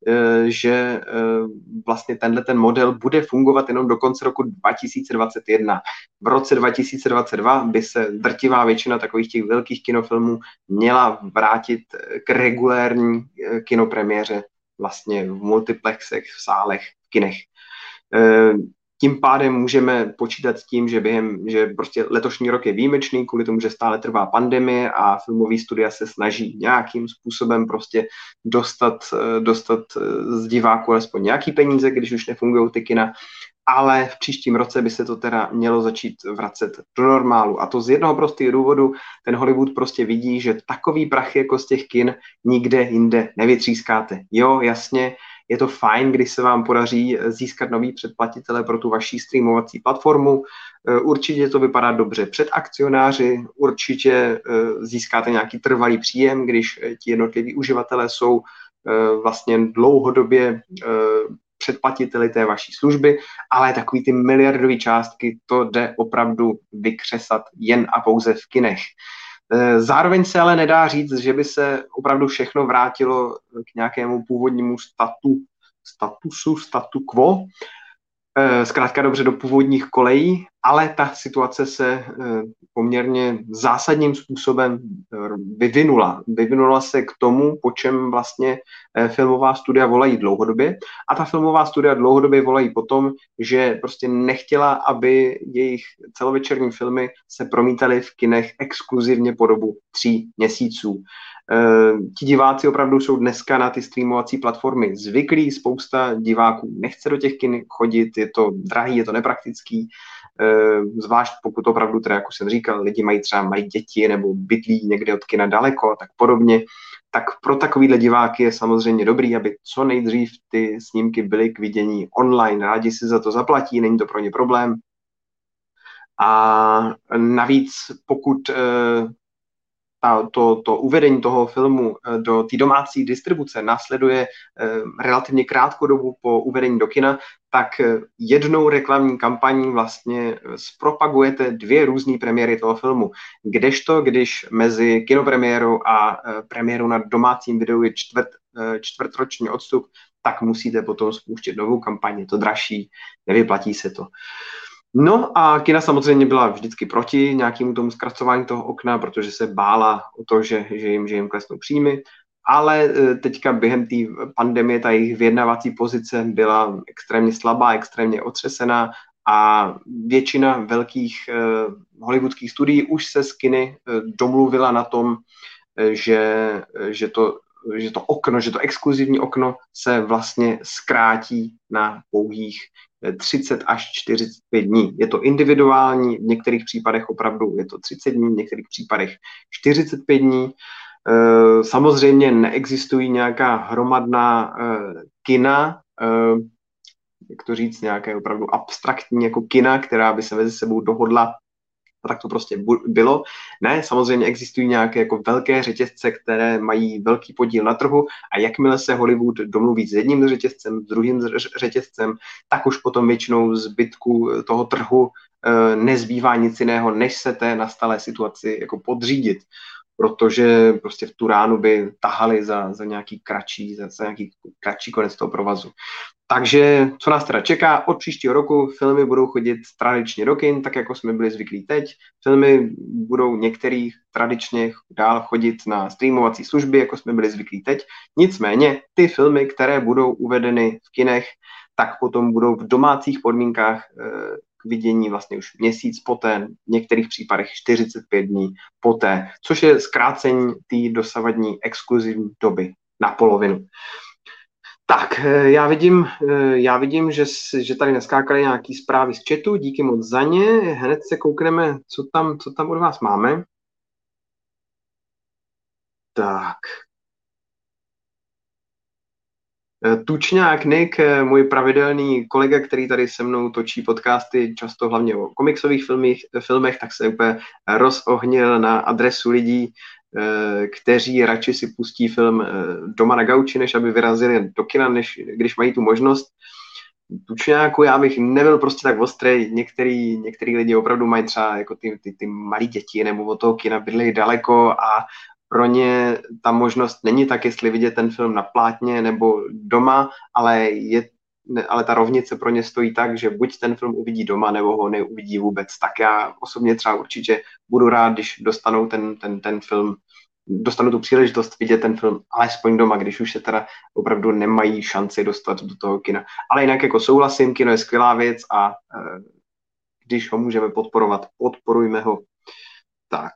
že vlastně tenhle ten model bude fungovat jenom do konce roku dva tisíce dvacet jedna. V roce dva tisíce dvacet dva by se drtivá většina takových těch velkých kinofilmů měla vrátit k regulérní kinopremiéře vlastně v multiplexech, v sálech, v kinech. Tím pádem můžeme počítat s tím, že během, že prostě letošní rok je výjimečný, kvůli tomu, že stále trvá pandemie a filmový studia se snaží nějakým způsobem prostě dostat, dostat z diváků alespoň nějaký peníze, když už nefungují ty kina, ale v příštím roce by se to teda mělo začít vracet do normálu. A to z jednoho prostého důvodu, ten Hollywood prostě vidí, že takový prachy jako z těch kin nikde jinde nevytřískáte. Jo, jasně, je to fajn, když se vám podaří získat nový předplatitele pro tu vaší streamovací platformu. Určitě to vypadá dobře před akcionáři, určitě získáte nějaký trvalý příjem, když ti jednotliví uživatelé jsou vlastně dlouhodobě předplatiteli té vaší služby, ale takový ty miliardové částky, to jde opravdu vykřesat jen a pouze v kinech. Zároveň se ale nedá říct, že by se opravdu všechno vrátilo k nějakému původnímu statu, statusu, statu quo, zkrátka dobře do původních kolejí, ale ta situace se poměrně zásadním způsobem vyvinula. Vyvinula se k tomu, po čem vlastně filmová studia volají dlouhodobě. A ta filmová studia dlouhodobě volají potom, že prostě nechtěla, aby jejich celovečerní filmy se promítaly v kinech exkluzivně po dobu tří měsíců. Ti diváci opravdu jsou dneska na ty streamovací platformy zvyklí, spousta diváků nechce do těch kin chodit, je to drahý, je to nepraktický, zvlášť pokud opravdu, teda, jako jsem říkal, lidi mají třeba mají děti nebo bydlí někde od kina daleko a tak podobně, tak pro takovýhle diváky je samozřejmě dobrý, aby co nejdřív ty snímky byly k vidění online, rádi si za to zaplatí, není to pro ně problém. A navíc, pokud Ta, to, to uvedení toho filmu do té domácí distribuce následuje eh, relativně krátkou dobu po uvedení do kina, tak jednou reklamní kampaní vlastně zpropagujete dvě různé premiéry toho filmu. Kdežto, když mezi kinopremiérou a eh, premiérou na domácím videu je čtvrt, eh, čtvrtroční odstup, tak musíte potom spouštět novou kampaň, je to dražší, nevyplatí se to. No a kina samozřejmě byla vždycky proti nějakému tomu zkracování toho okna, protože se bála o to, že, že, jim, že jim klesnou příjmy, ale teďka během té pandemie ta jejich vyjednávací pozice byla extrémně slabá, extrémně otřesená a většina velkých eh, hollywoodských studií už se s kiny eh, domluvila na tom, eh, že, že to že to okno, že to exkluzivní okno se vlastně zkrátí na pouhých třicet až čtyřicet pět dní. Je to individuální, v některých případech opravdu je to třicet dní, v některých případech čtyřicet pět dní. Samozřejmě neexistují nějaká hromadná kina, jak to říct, nějaké opravdu abstraktní jako kina, která by se mezi sebou dohodla a tak to prostě bu- bylo. Ne, samozřejmě existují nějaké jako velké řetězce, které mají velký podíl na trhu a jakmile se Hollywood domluví s jedním řetězcem, s druhým řetězcem, tak už potom většinou zbytku toho trhu e, nezbývá nic jiného, než se té nastalé situaci jako podřídit, protože prostě v tu ránu by tahali za, za nějaký kratší, za, za nějaký kratší konec toho provazu. Takže co nás teda čeká? Od příštího roku filmy budou chodit tradičně do kin, tak jako jsme byli zvyklí teď. Filmy budou některých tradičně dál chodit na streamovací služby, jako jsme byli zvyklí teď. Nicméně ty filmy, které budou uvedeny v kinech, tak potom budou v domácích podmínkách k vidění vlastně už měsíc poté, v některých případech čtyřicet pět dní poté, což je zkrácení té dosavadní exkluzivní doby na polovinu. Tak, já vidím, já vidím, že, že tady naskákaly nějaký zprávy z chatu, díky moc za ně. Hned se koukneme, co tam, co tam od vás máme. Tak. Tučňák Nick, můj pravidelný kolega, který tady se mnou točí podcasty, často hlavně o komiksových filmech, filmech tak se úplně rozohnil na adresu lidí, kteří radši si pustí film doma na gauči, než aby vyrazili do kina, než když mají tu možnost. Tučňáku, já bych nebyl prostě tak ostrý. Některý, některý lidi opravdu mají třeba jako ty, ty, ty malí děti nebo od toho kina bydlejí daleko a pro ně ta možnost není tak, jestli vidět ten film na plátně nebo doma, ale, je, ale ta rovnice pro ně stojí tak, že buď ten film uvidí doma, nebo ho neuvidí vůbec. Tak já osobně třeba určitě budu rád, když dostanou ten, ten, ten film, dostanu tu příležitost vidět ten film alespoň doma, když už se teda opravdu nemají šanci dostat do toho kina. Ale jinak jako souhlasím, kino je skvělá věc a když ho můžeme podporovat, podporujme ho. Tak.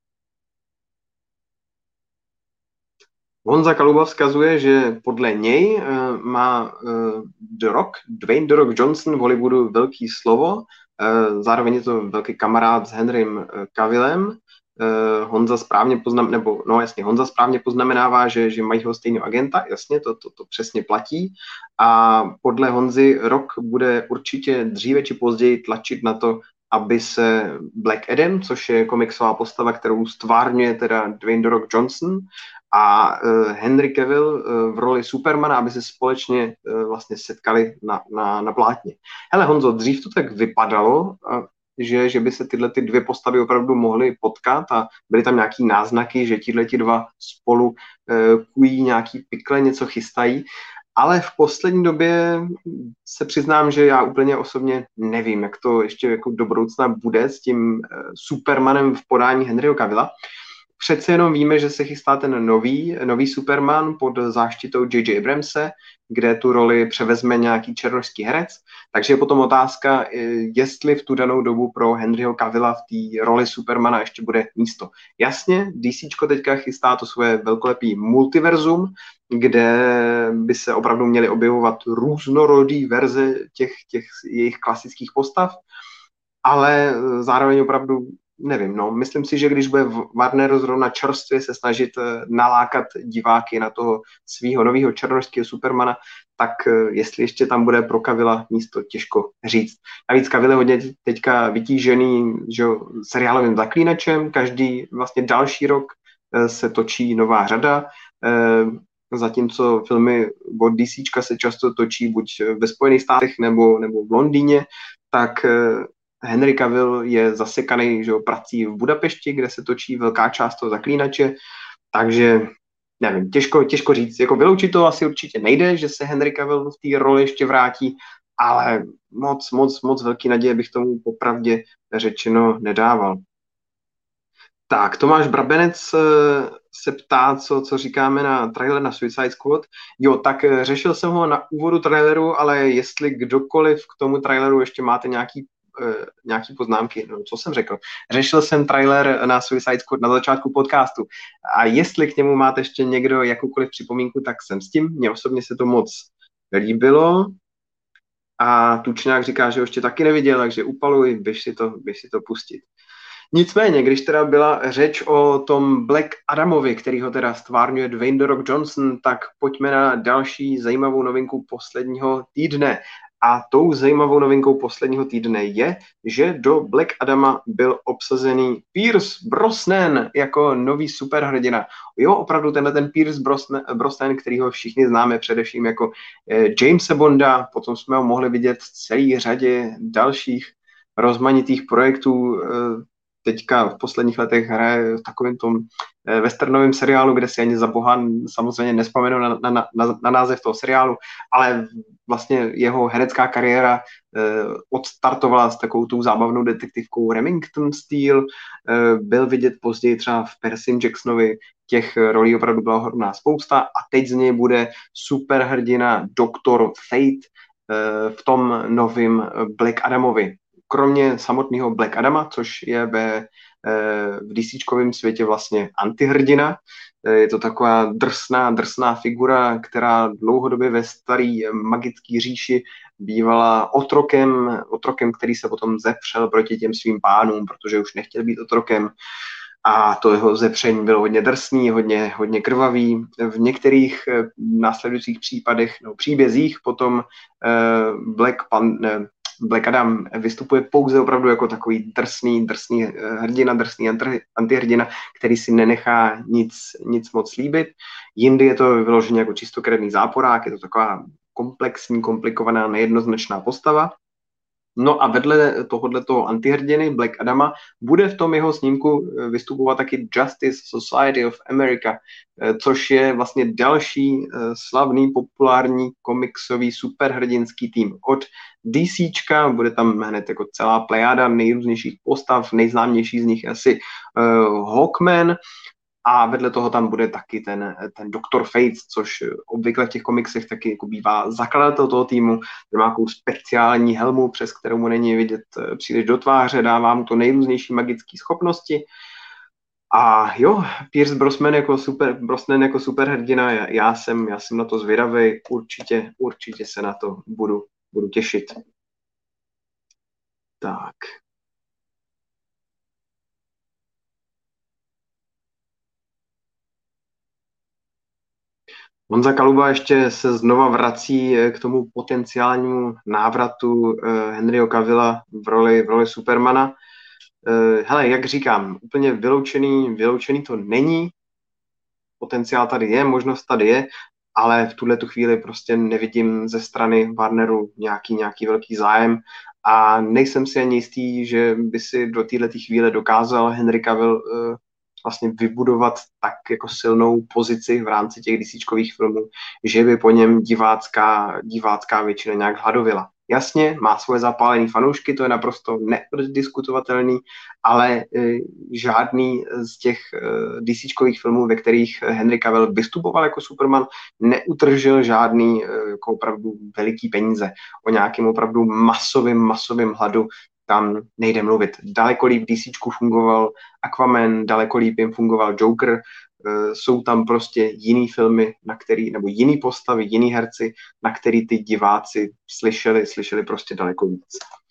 Honza Kaluba vzkazuje, že podle něj uh, má uh, The Rock, Dwayne The Rock Johnson v Hollywoodu velký slovo, uh, zároveň je to velký kamarád s Henrym uh, Cavillem. Uh, Honza správně poznam, nebo no jasně, Honza správně poznamenává, že, že mají ho stejného agenta, jasně, to, to, to přesně platí. A podle Honzy Rock bude určitě dříve či později tlačit na to, aby se Black Adam, což je komiksová postava, kterou stvárňuje teda Dwayne The Rock Johnson, a uh, Henry Cavill uh, v roli Supermana, aby se společně uh, vlastně setkali na, na, na plátně. Hele Honzo, dřív to tak vypadalo, uh, že, že by se tyhle ty dvě postavy opravdu mohly potkat a byly tam nějaký náznaky, že tihleti dva spolu uh, kují nějaký pikle, něco chystají, ale v poslední době se přiznám, že já úplně osobně nevím, jak to ještě jako do budoucna bude s tím uh, Supermanem v podání Henryho Cavilla. Přece jenom víme, že se chystá ten nový, nový Superman pod záštitou J J Abramse, kde tu roli převezme nějaký černošský herec. Takže je potom otázka, jestli v tu danou dobu pro Henryho Cavilla v té roli Supermana ještě bude místo. Jasně, DCčko teďka chystá to svoje velkolepý multiverzum, kde by se opravdu měly objevovat různorodý verze těch, těch jejich klasických postav, ale zároveň opravdu nevím, no, myslím si, že když bude Warner zrovna čerstvě se snažit nalákat diváky na toho svého nového černošského Supermana, tak jestli ještě tam bude pro Cavilla místo, těžko říct. Navíc Cavill je hodně teďka vytížený, že, seriálovým Zaklínačem, každý vlastně další rok se točí nová řada, zatímco filmy od DCčka se často točí buď ve Spojených státech nebo, nebo v Londýně, tak Henry Cavill je zasekaný, že, prací v Budapešti, kde se točí velká část toho Zaklínače, takže nevím, těžko, těžko říct. Jako vyloučit to asi určitě nejde, že se Henry Cavill v té roli ještě vrátí, ale moc, moc, moc velký naděje bych tomu popravdě řečeno nedával. Tak, Tomáš Brabenec se ptá, co, co říkáme na trailer na Suicide Squad. Jo, tak řešil jsem ho na úvodu traileru, ale jestli kdokoliv k tomu traileru ještě máte nějaký nějaký poznámky, no, co jsem řekl. Řešil jsem trailer na Suicide Squad na začátku podcastu a jestli k němu máte ještě někdo jakoukoliv připomínku, tak jsem s tím. Mně osobně se to moc líbilo a Tučňák říká, že ho ještě taky neviděl, takže upaluj, běž si to, běž si to pustit. Nicméně, když teda byla řeč o tom Black Adamovi, který ho teda stvárňuje Dwayne The Rock Johnson, tak pojďme na další zajímavou novinku posledního týdne. A tou zajímavou novinkou posledního týdne je, že do Black Adama byl obsazený Pierce Brosnan jako nový superhrdina. Jo, opravdu tenhle ten Pierce Brosnan, Brosnan kterýho všichni známe především jako eh, Jamesa Bonda, potom jsme ho mohli vidět v celé řadě dalších rozmanitých projektů. Eh, teďka v posledních letech hraje v takovém tom eh, westernovém seriálu, kde si ani za boha samozřejmě nespomenu na, na, na, na název toho seriálu, ale vlastně jeho herecká kariéra eh, odstartovala s takovou tou zábavnou detektivkou Remington Steele, eh, byl vidět později třeba v Percym Jacksonovi, těch rolí opravdu byla hodná spousta a teď z něj bude superhrdina doktor Fate eh, v tom novém Black Adamovi. Kromě samotného Black Adama, což je ve, v DCčkovém světě vlastně antihrdina. Je to taková drsná, drsná figura, která dlouhodobě ve starý magický říši bývala otrokem, otrokem, který se potom zepřel proti těm svým pánům, protože už nechtěl být otrokem. A to jeho zepření bylo hodně drsný, hodně, hodně krvavý. V některých následujících případech, no, příbězích potom Black Pan, Black Adam vystupuje pouze opravdu jako takový drsný, drsný hrdina, drsný antihrdina, který si nenechá nic, nic moc líbit. Jindy je to vyloženě jako čistokrevný záporák, je to taková komplexní, komplikovaná, nejednoznačná postava. No a vedle tohoto antihrdiny Black Adama bude v tom jeho snímku vystupovat taky Justice Society of America, což je vlastně další slavný, populární komiksový superhrdinský tým od DCčka. Bude tam hned jako celá plejáda nejrůznějších postav, nejznámější z nich asi uh, Hawkman. A vedle toho tam bude taky ten, ten doktor Fate, což obvykle v těch komiksech taky jako bývá zakladatel toho týmu, má nějakou speciální helmu, přes kterou mu není vidět příliš do tváře, dává mu to nejrůznější magické schopnosti. A jo, Pierce Brosnan jako super, Brosnan jako superhrdina, já, já, jsem, já jsem na to zvědavý, určitě, určitě se na to budu, budu těšit. Tak. Honza Kaluba ještě se znova vrací k tomu potenciálnímu návratu Henryho Cavilla v roli, v roli Supermana. Hele, jak říkám, úplně vyloučený, vyloučený to není. Potenciál tady je, možnost tady je, ale v tuhle tu chvíli prostě nevidím ze strany Warneru nějaký, nějaký velký zájem a nejsem si ani jistý, že by si do této chvíle dokázal Henry Cavill vlastně vybudovat tak jako silnou pozici v rámci těch DCčkových filmů, že by po něm divácká, divácká většina nějak hladověla. Jasně, má svoje zapálené fanoušky, to je naprosto nediskutovatelný, ale e, žádný z těch e, DCčkových filmů, ve kterých Henry Cavill vystupoval jako Superman, neutržil žádný e, jako opravdu veliký peníze. O nějakém opravdu masovým, masovým hladu tam nejde mluvit. Daleko líp v DCčku fungoval Aquaman, daleko líp jim fungoval Joker, jsou tam prostě jiný filmy, na který, nebo jiný postavy, jiný herci, na který ty diváci slyšeli, slyšeli prostě daleko víc.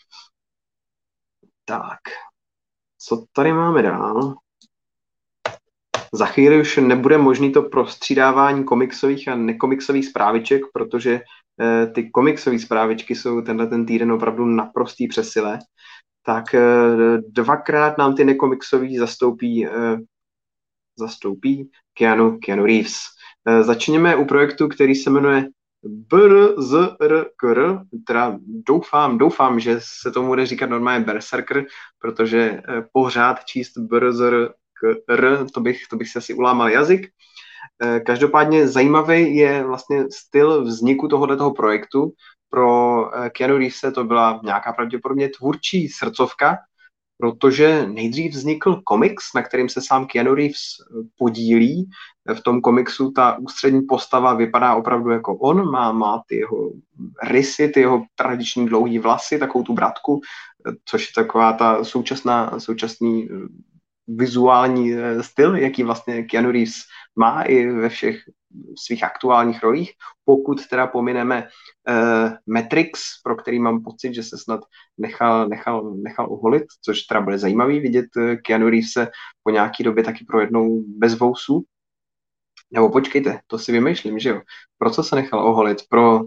Tak, co tady máme dál? Za chvíli už nebude možný to prostřídávání komiksových a nekomiksových zpráviček, protože eh, ty komiksové zprávičky jsou tenhle ten týden opravdu naprostý přesile. Tak eh, dvakrát nám ty nekomiksový zastoupí eh, zastoupí Keanu, Keanu Reeves. E, začněme u projektu, který se jmenuje B R Z R K R, teda doufám, doufám, že se tomu bude říkat normálně Berserker, protože e, pořád číst B R Z R K R, to bych, to bych se asi ulámal jazyk. E, každopádně zajímavý je vlastně styl vzniku tohoto projektu. Pro Keanu Reevese to byla nějaká pravděpodobně tvůrčí srdcovka, protože nejdřív vznikl komiks, na kterým se sám Keanu Reeves podílí. V tom komiksu ta ústřední postava vypadá opravdu jako on, má, má ty jeho rysy, ty jeho tradiční dlouhý vlasy, takovou tu bratku, což je taková ta současná, současný vizuální styl, jaký vlastně Keanu Reeves má i ve všech svých aktuálních rolích. Pokud teda pomineme uh, Matrix, pro který mám pocit, že se snad nechal, nechal, nechal oholit, což teda bude zajímavý vidět Keanu Reevese po nějaký době taky pro jednou bez vousů. Nebo počkejte, to si vymýšlím, že jo. Pro co se nechal oholit? Pro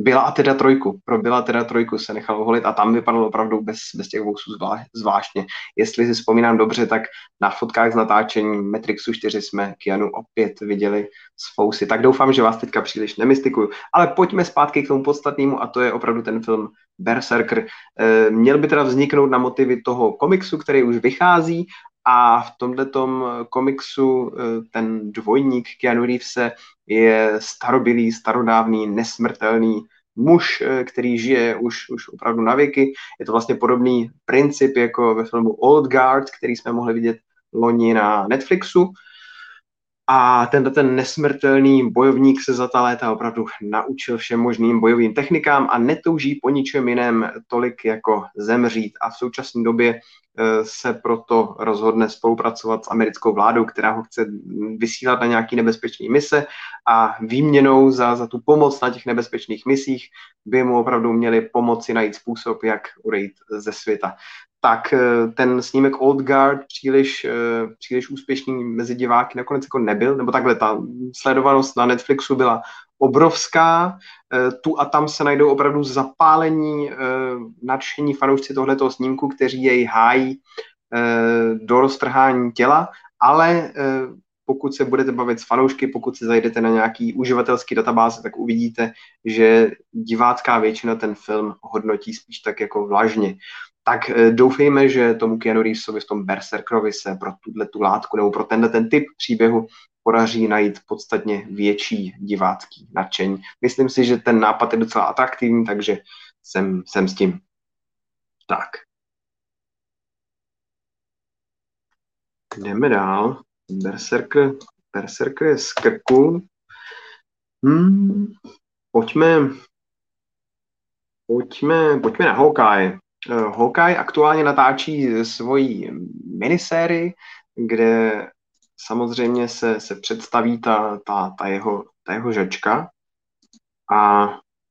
Byla a teda trojku. Pro Byla teda trojku se nechal oholit a tam vypadalo opravdu bez, bez těch vousů zvlá, zvláštně. Jestli si vzpomínám dobře, tak na fotkách z natáčení Matrixu čtyři jsme Keanu opět viděli s fousy. Tak doufám, že vás teďka příliš nemystikuju. Ale pojďme zpátky k tomu podstatnému a to je opravdu ten film Berserker. E, měl by teda vzniknout na motivy toho komiksu, který už vychází a v tomhletom komiksu ten dvojník Keanu Reevese je starobilý, starodávný, nesmrtelný muž, který žije už, už opravdu na věky. Je to vlastně podobný princip jako ve filmu Old Guard, který jsme mohli vidět loni na Netflixu. A tenhle ten nesmrtelný bojovník se za ta léta opravdu naučil všem možným bojovým technikám a netouží po ničem jiném tolik jako zemřít. A v současné době se proto rozhodne spolupracovat s americkou vládou, která ho chce vysílat na nějaké nebezpečné mise a výměnou za, za tu pomoc na těch nebezpečných misích by mu opravdu měli pomoci najít způsob, jak odejít ze světa. Tak ten snímek Old Guard příliš, příliš úspěšný mezi diváky nakonec jako nebyl, nebo takhle ta sledovanost na Netflixu byla obrovská, tu a tam se najdou opravdu zapálení, nadšení fanoušci tohletoho snímku, kteří jej hájí do roztrhání těla, ale pokud se budete bavit s fanoušky, pokud se zajdete na nějaký uživatelský databáze, tak uvidíte, že divácká většina ten film hodnotí spíš tak jako vlažně. Tak doufejme, že tomu Keanu Reevesovi v tom Berserkerovi se pro tuto látku nebo pro tenhle ten typ příběhu podaří najít podstatně větší divácký nadšení. Myslím si, že ten nápad je docela atraktivní, takže jsem, jsem s tím. Tak. Jdeme dál. Berserker, Berserker je z krku. Hmm. Pojďme, pojďme, pojďme na Hawkeye. Hawkeye aktuálně natáčí svoji minisérii, kde samozřejmě se, se představí ta, ta, ta, jeho, ta jeho žečka. A,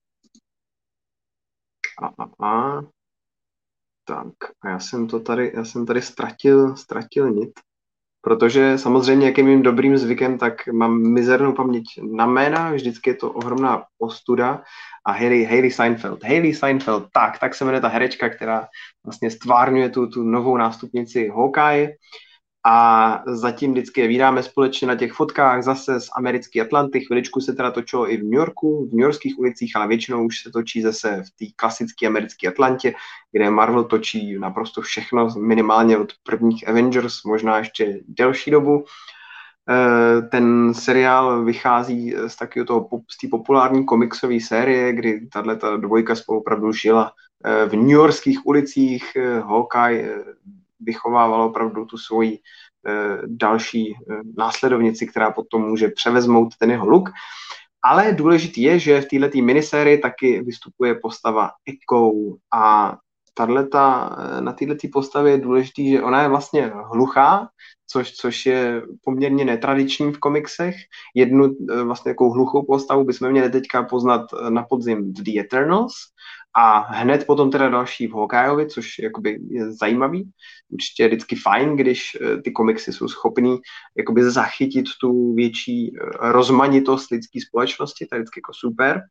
a, a, a tak, a já jsem to tady, já jsem tady ztratil, ztratil nit, protože samozřejmě, jak je mým dobrým zvykem, tak mám mizernou paměť na jména, vždycky je to ohromná ostuda. A Hailey, Hailey Steinfeld. Hailey Steinfeld, tak, tak se jmenuje ta herečka, která vlastně stvárňuje tu, tu novou nástupnici Hawkeye. A zatím vždycky je vídáme společně na těch fotkách zase z americké Atlanty. Chviličku se teda točilo i v New Yorku, v newyorských ulicích, ale většinou už se točí zase v té klasické americké Atlantě, kde Marvel točí naprosto všechno, minimálně od prvních Avengers, možná ještě delší dobu. Ten seriál vychází z takového toho, z té populární komiksové série, kdy tato dvojka spolu opravdu žila v newyorských ulicích. Hawkeye vychovával opravdu tu svoji další následovnici, která potom může převezmout ten jeho look. Ale důležitý je, že v této minisérii taky vystupuje postava Echo a tato, na této postavě je důležitý, že ona je vlastně hluchá, což, což je poměrně netradiční v komiksech. Jednu vlastně takovou hluchou postavu bychom měli teďka poznat na podzim v The Eternals a hned potom teda další v Hawkeyeovi, což jakoby je zajímavý. Určitě je vždycky fajn, když ty komiksy jsou schopný jakoby zachytit tu větší rozmanitost lidské společnosti, to je vždycky jako super.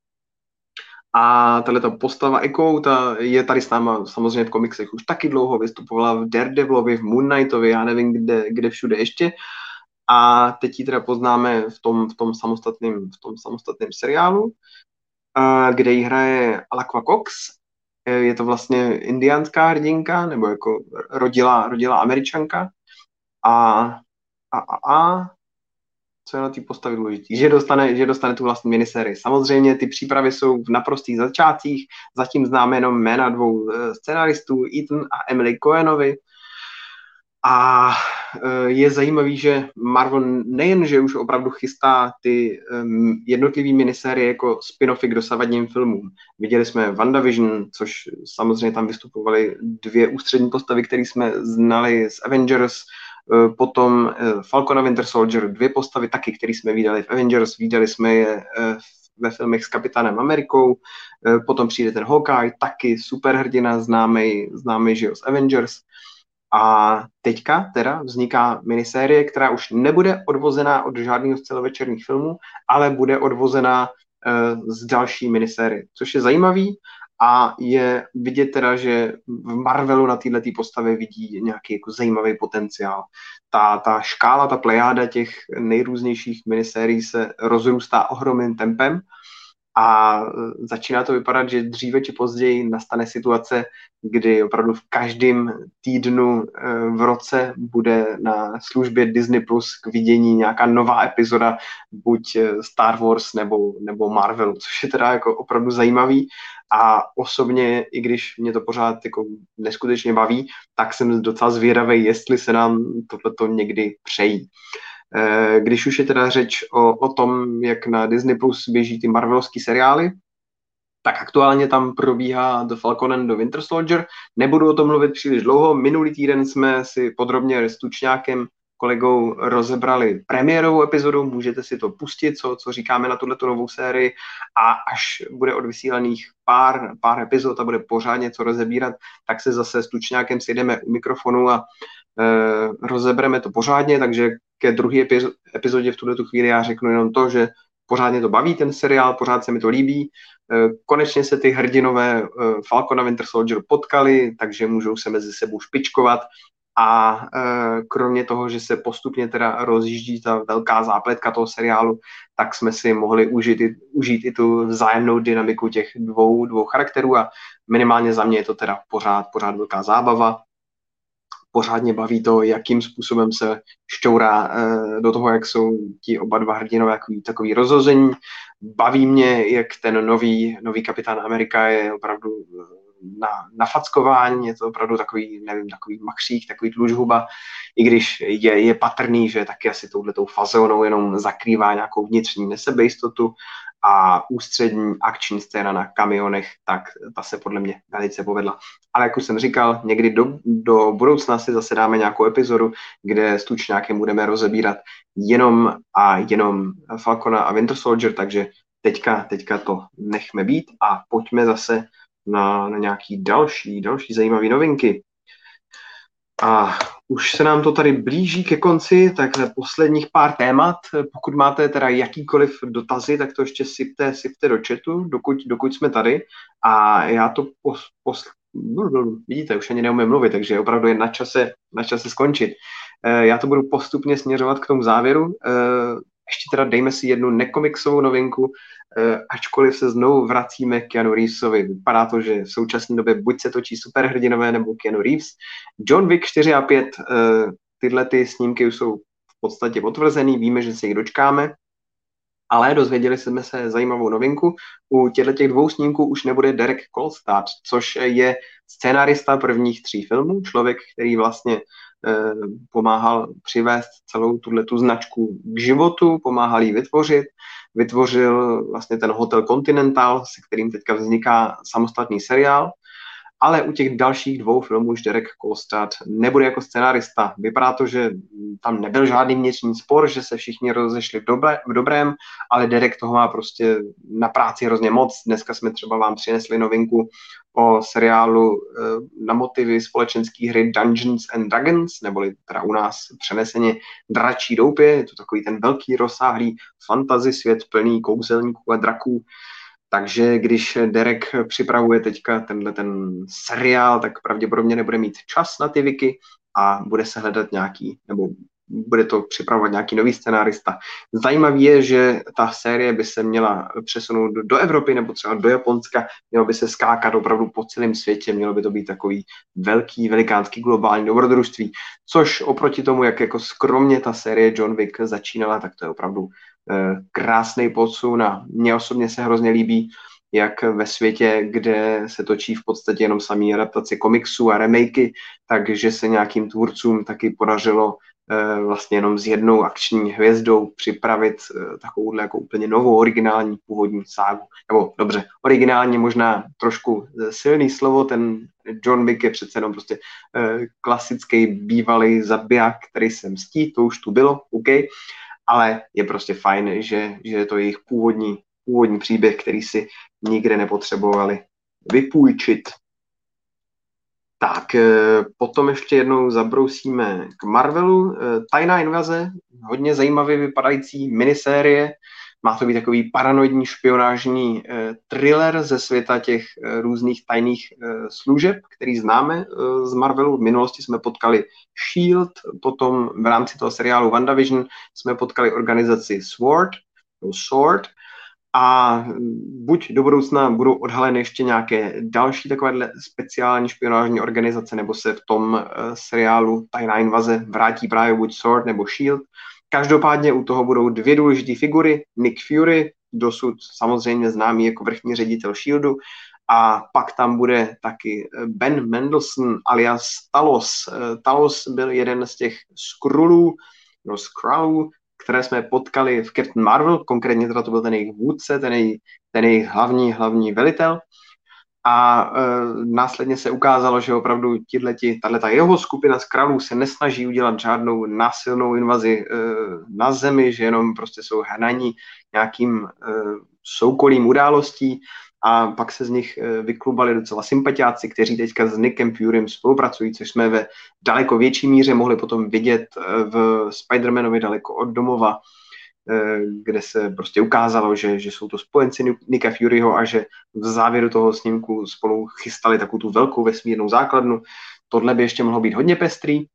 A tato postava Echo, ta je tady s náma samozřejmě v komiksech už taky dlouho, vystupovala v Daredevilovi, v Moon Knightovi, já nevím, kde, kde všude ještě. A teď ji teda poznáme v tom, v tom samostatném v tom samostatném seriálu, kde ji hraje Alaqua Cox. Je to vlastně indiánská hrdinka, nebo jako rodilá, rodilá Američanka. A, a, a, a co je na té postavě důležitý, že dostane, že dostane tu vlastní minisérii. Samozřejmě ty přípravy jsou v naprostých začátcích, zatím známe jenom jména dvou scenaristů, Ethan a Emily Cohenovi. A je zajímavý, že Marvel nejen, že už opravdu chystá ty jednotlivé minisérie jako spin-offy k dosavadním filmům. Viděli jsme WandaVision, což samozřejmě tam vystupovaly dvě ústřední postavy, které jsme znali z Avengers, potom Falcon a Winter Soldier, dvě postavy taky, které jsme viděli v Avengers, viděli jsme je ve filmech s Kapitánem Amerikou, potom přijde ten Hawkeye, taky superhrdina, známý, známý že jo, z Avengers. A teďka teda vzniká minisérie, která už nebude odvozená od žádného z celovečerních filmů, ale bude odvozená z další minisérie, což je zajímavý a je vidět teda, že v Marvelu na této postavě vidí nějaký jako zajímavý potenciál. Ta, ta škála, ta plejáda těch nejrůznějších minisérií se rozrůstá ohromným tempem a začíná to vypadat, že dříve či později nastane situace, kdy opravdu v každém týdnu v roce bude na službě Disney Plus k vidění nějaká nová epizoda, buď Star Wars nebo, nebo Marvelu, což je teda jako opravdu zajímavý. A osobně, i když mě to pořád jako neskutečně baví, tak jsem docela zvědavý, jestli se nám tohleto někdy přejí. Když už je teda řeč o, o tom, jak na Disney Plus běží ty marvelovský seriály, tak aktuálně tam probíhá The Falcon and the Winter Soldier. Nebudu o tom mluvit příliš dlouho. Minulý týden jsme si podrobně s Tučňákem, kolegou, rozebrali premiérovou epizodu. Můžete si to pustit, co, co říkáme na tuhletu novou sérii. A až bude odvysílaných pár, pár epizod a bude pořád něco rozebírat, tak se zase s Tučňákem sejdeme u mikrofonu a e, rozebereme to pořádně. Takže ke druhé epizodě v tuhletu chvíli já řeknu jenom to, že pořádně to baví ten seriál, pořád se mi to líbí. Konečně se ty hrdinové Falcon a Winter Soldier potkali, takže můžou se mezi sebou špičkovat a kromě toho, že se postupně teda rozjíždí ta velká zápletka toho seriálu, tak jsme si mohli užít i, užít i tu vzájemnou dynamiku těch dvou, dvou charakterů a minimálně za mě je to teda pořád, pořád velká zábava. Pořádně baví to, jakým způsobem se šťourá e, do toho, jak jsou ti oba dva hrdinové takový, takový rozhození. Baví mě, jak ten nový, nový kapitán Amerika je opravdu na, na fackování, je to opravdu takový, nevím, takový machřík, takový tlužhuba, i když je, je patrný, že taky asi touhletou fazónou jenom zakrývá nějakou vnitřní nesebejistotu a ústřední akční scéna na kamionech, tak ta se podle mě velice povedla. Ale jak už jsem říkal, někdy do, do budoucna si zase dáme nějakou epizodu, kde s Tučňákem budeme rozebírat jenom a jenom Falcona a Winter Soldier, takže teďka, teďka to nechme být a pojďme zase na, na nějaký další, další zajímavé novinky. A už se nám to tady blíží ke konci, takže posledních pár témat. Pokud máte teda jakýkoliv dotazy, tak to ještě sypte, sypte do chatu, dokud, dokud jsme tady. A já to pos, pos, vidíte, už ani neumím mluvit, takže opravdu je na čase, na čase skončit. Já to budu postupně směřovat k tomu závěru. Ještě teda dejme si jednu nekomiksovou novinku, ačkoliv se znovu vracíme k Keanu Reevesovi. Vypadá to, že v současné době buď se točí superhrdinové nebo Keanu Reeves. John Wick čtyři a pět, tyhle ty snímky už jsou v podstatě potvrzený, víme, že se jich dočkáme, ale dozvěděli jsme se zajímavou novinku. U těchto těch dvou snímků už nebude Derek Kolstad, což je scénarista prvních tří filmů, člověk, který vlastně eh, pomáhal přivést celou tuhletu značku k životu, pomáhal ji vytvořit, vytvořil vlastně ten Hotel Continental, se kterým teďka vzniká samostatný seriál, ale u těch dalších dvou filmů už Derek Kolstad nebude jako scenárista. Vypadá to, že tam nebyl žádný vnitřní spor, že se všichni rozešli v, dobré, v dobrém, ale Derek toho má prostě na práci hrozně moc. Dneska jsme třeba vám přinesli novinku o seriálu na motivy společenské hry Dungeons and Dragons, neboli teda u nás přeneseně Dračí doupě. Je to takový ten velký rozsáhlý fantasy svět plný kouzelníků a draků. Takže když Derek připravuje teďka tenhle ten seriál, tak pravděpodobně nebude mít čas na ty wiki a bude se hledat nějaký, nebo bude to připravovat nějaký nový scenárista. Zajímavý je, že ta série by se měla přesunout do Evropy nebo třeba do Japonska, mělo by se skákat opravdu po celém světě, mělo by to být takový velký, velikánský globální dobrodružství, což oproti tomu, jak jako skromně ta série John Wick začínala, tak to je opravdu krásný posun a mně osobně se hrozně líbí, jak ve světě, kde se točí v podstatě jenom samý adaptace komiksů a remakey, takže se nějakým tvůrcům taky podařilo eh, vlastně jenom s jednou akční hvězdou připravit eh, takovouhle jako úplně novou originální původní ságu. Nebo dobře, originálně možná trošku silný slovo, ten John Wick je přece jenom prostě eh, klasický bývalý zabiják, který se mstí, to už tu bylo, OK, ale je prostě fajn, že, že je to jejich původní, původní příběh, který si nikde nepotřebovali vypůjčit. Tak, potom ještě jednou zabrousíme k Marvelu. Tajná invaze, hodně zajímavě vypadající minisérie, Má to být takový paranoidní špionážní eh, thriller ze světa těch eh, různých tajných eh, služeb, který známe eh, z Marvelu. V minulosti jsme potkali Shield, potom v rámci toho seriálu WandaVision jsme potkali organizaci SWORD, SWORD, a buď do budoucna budou odhaleny ještě nějaké další takovéhle speciální špionážní organizace, nebo se v tom uh, seriálu Tajná invaze vrátí právě buď SWORD nebo SHIELD. Každopádně u toho budou dvě důležité figury. Nick Fury, dosud samozřejmě známý jako vrchní ředitel SHIELDu, a pak tam bude taky Ben Mendelsohn alias Talos. Talos byl jeden z těch Skrullů, no Skrullů, které jsme potkali v Captain Marvel, konkrétně teda to byl ten jejich vůdce, ten jejich, ten jejich hlavní, hlavní velitel. A e, následně se ukázalo, že opravdu tato jeho skupina Skrullů se nesnaží udělat žádnou násilnou invazi e, na zemi, že jenom prostě jsou hnaní nějakým e, soukolým událostí, a pak se z nich vyklubali docela sympatiáci, kteří teďka s Nickem Furym spolupracují, což jsme ve daleko větší míře mohli potom vidět v Spider-Manovi Daleko od domova, kde se prostě ukázalo, že, že jsou to spojenci Nicka Furyho a že v závěru toho snímku spolu chystali takovou tu velkou vesmírnou základnu. Tohle by ještě mohlo být hodně pestrý.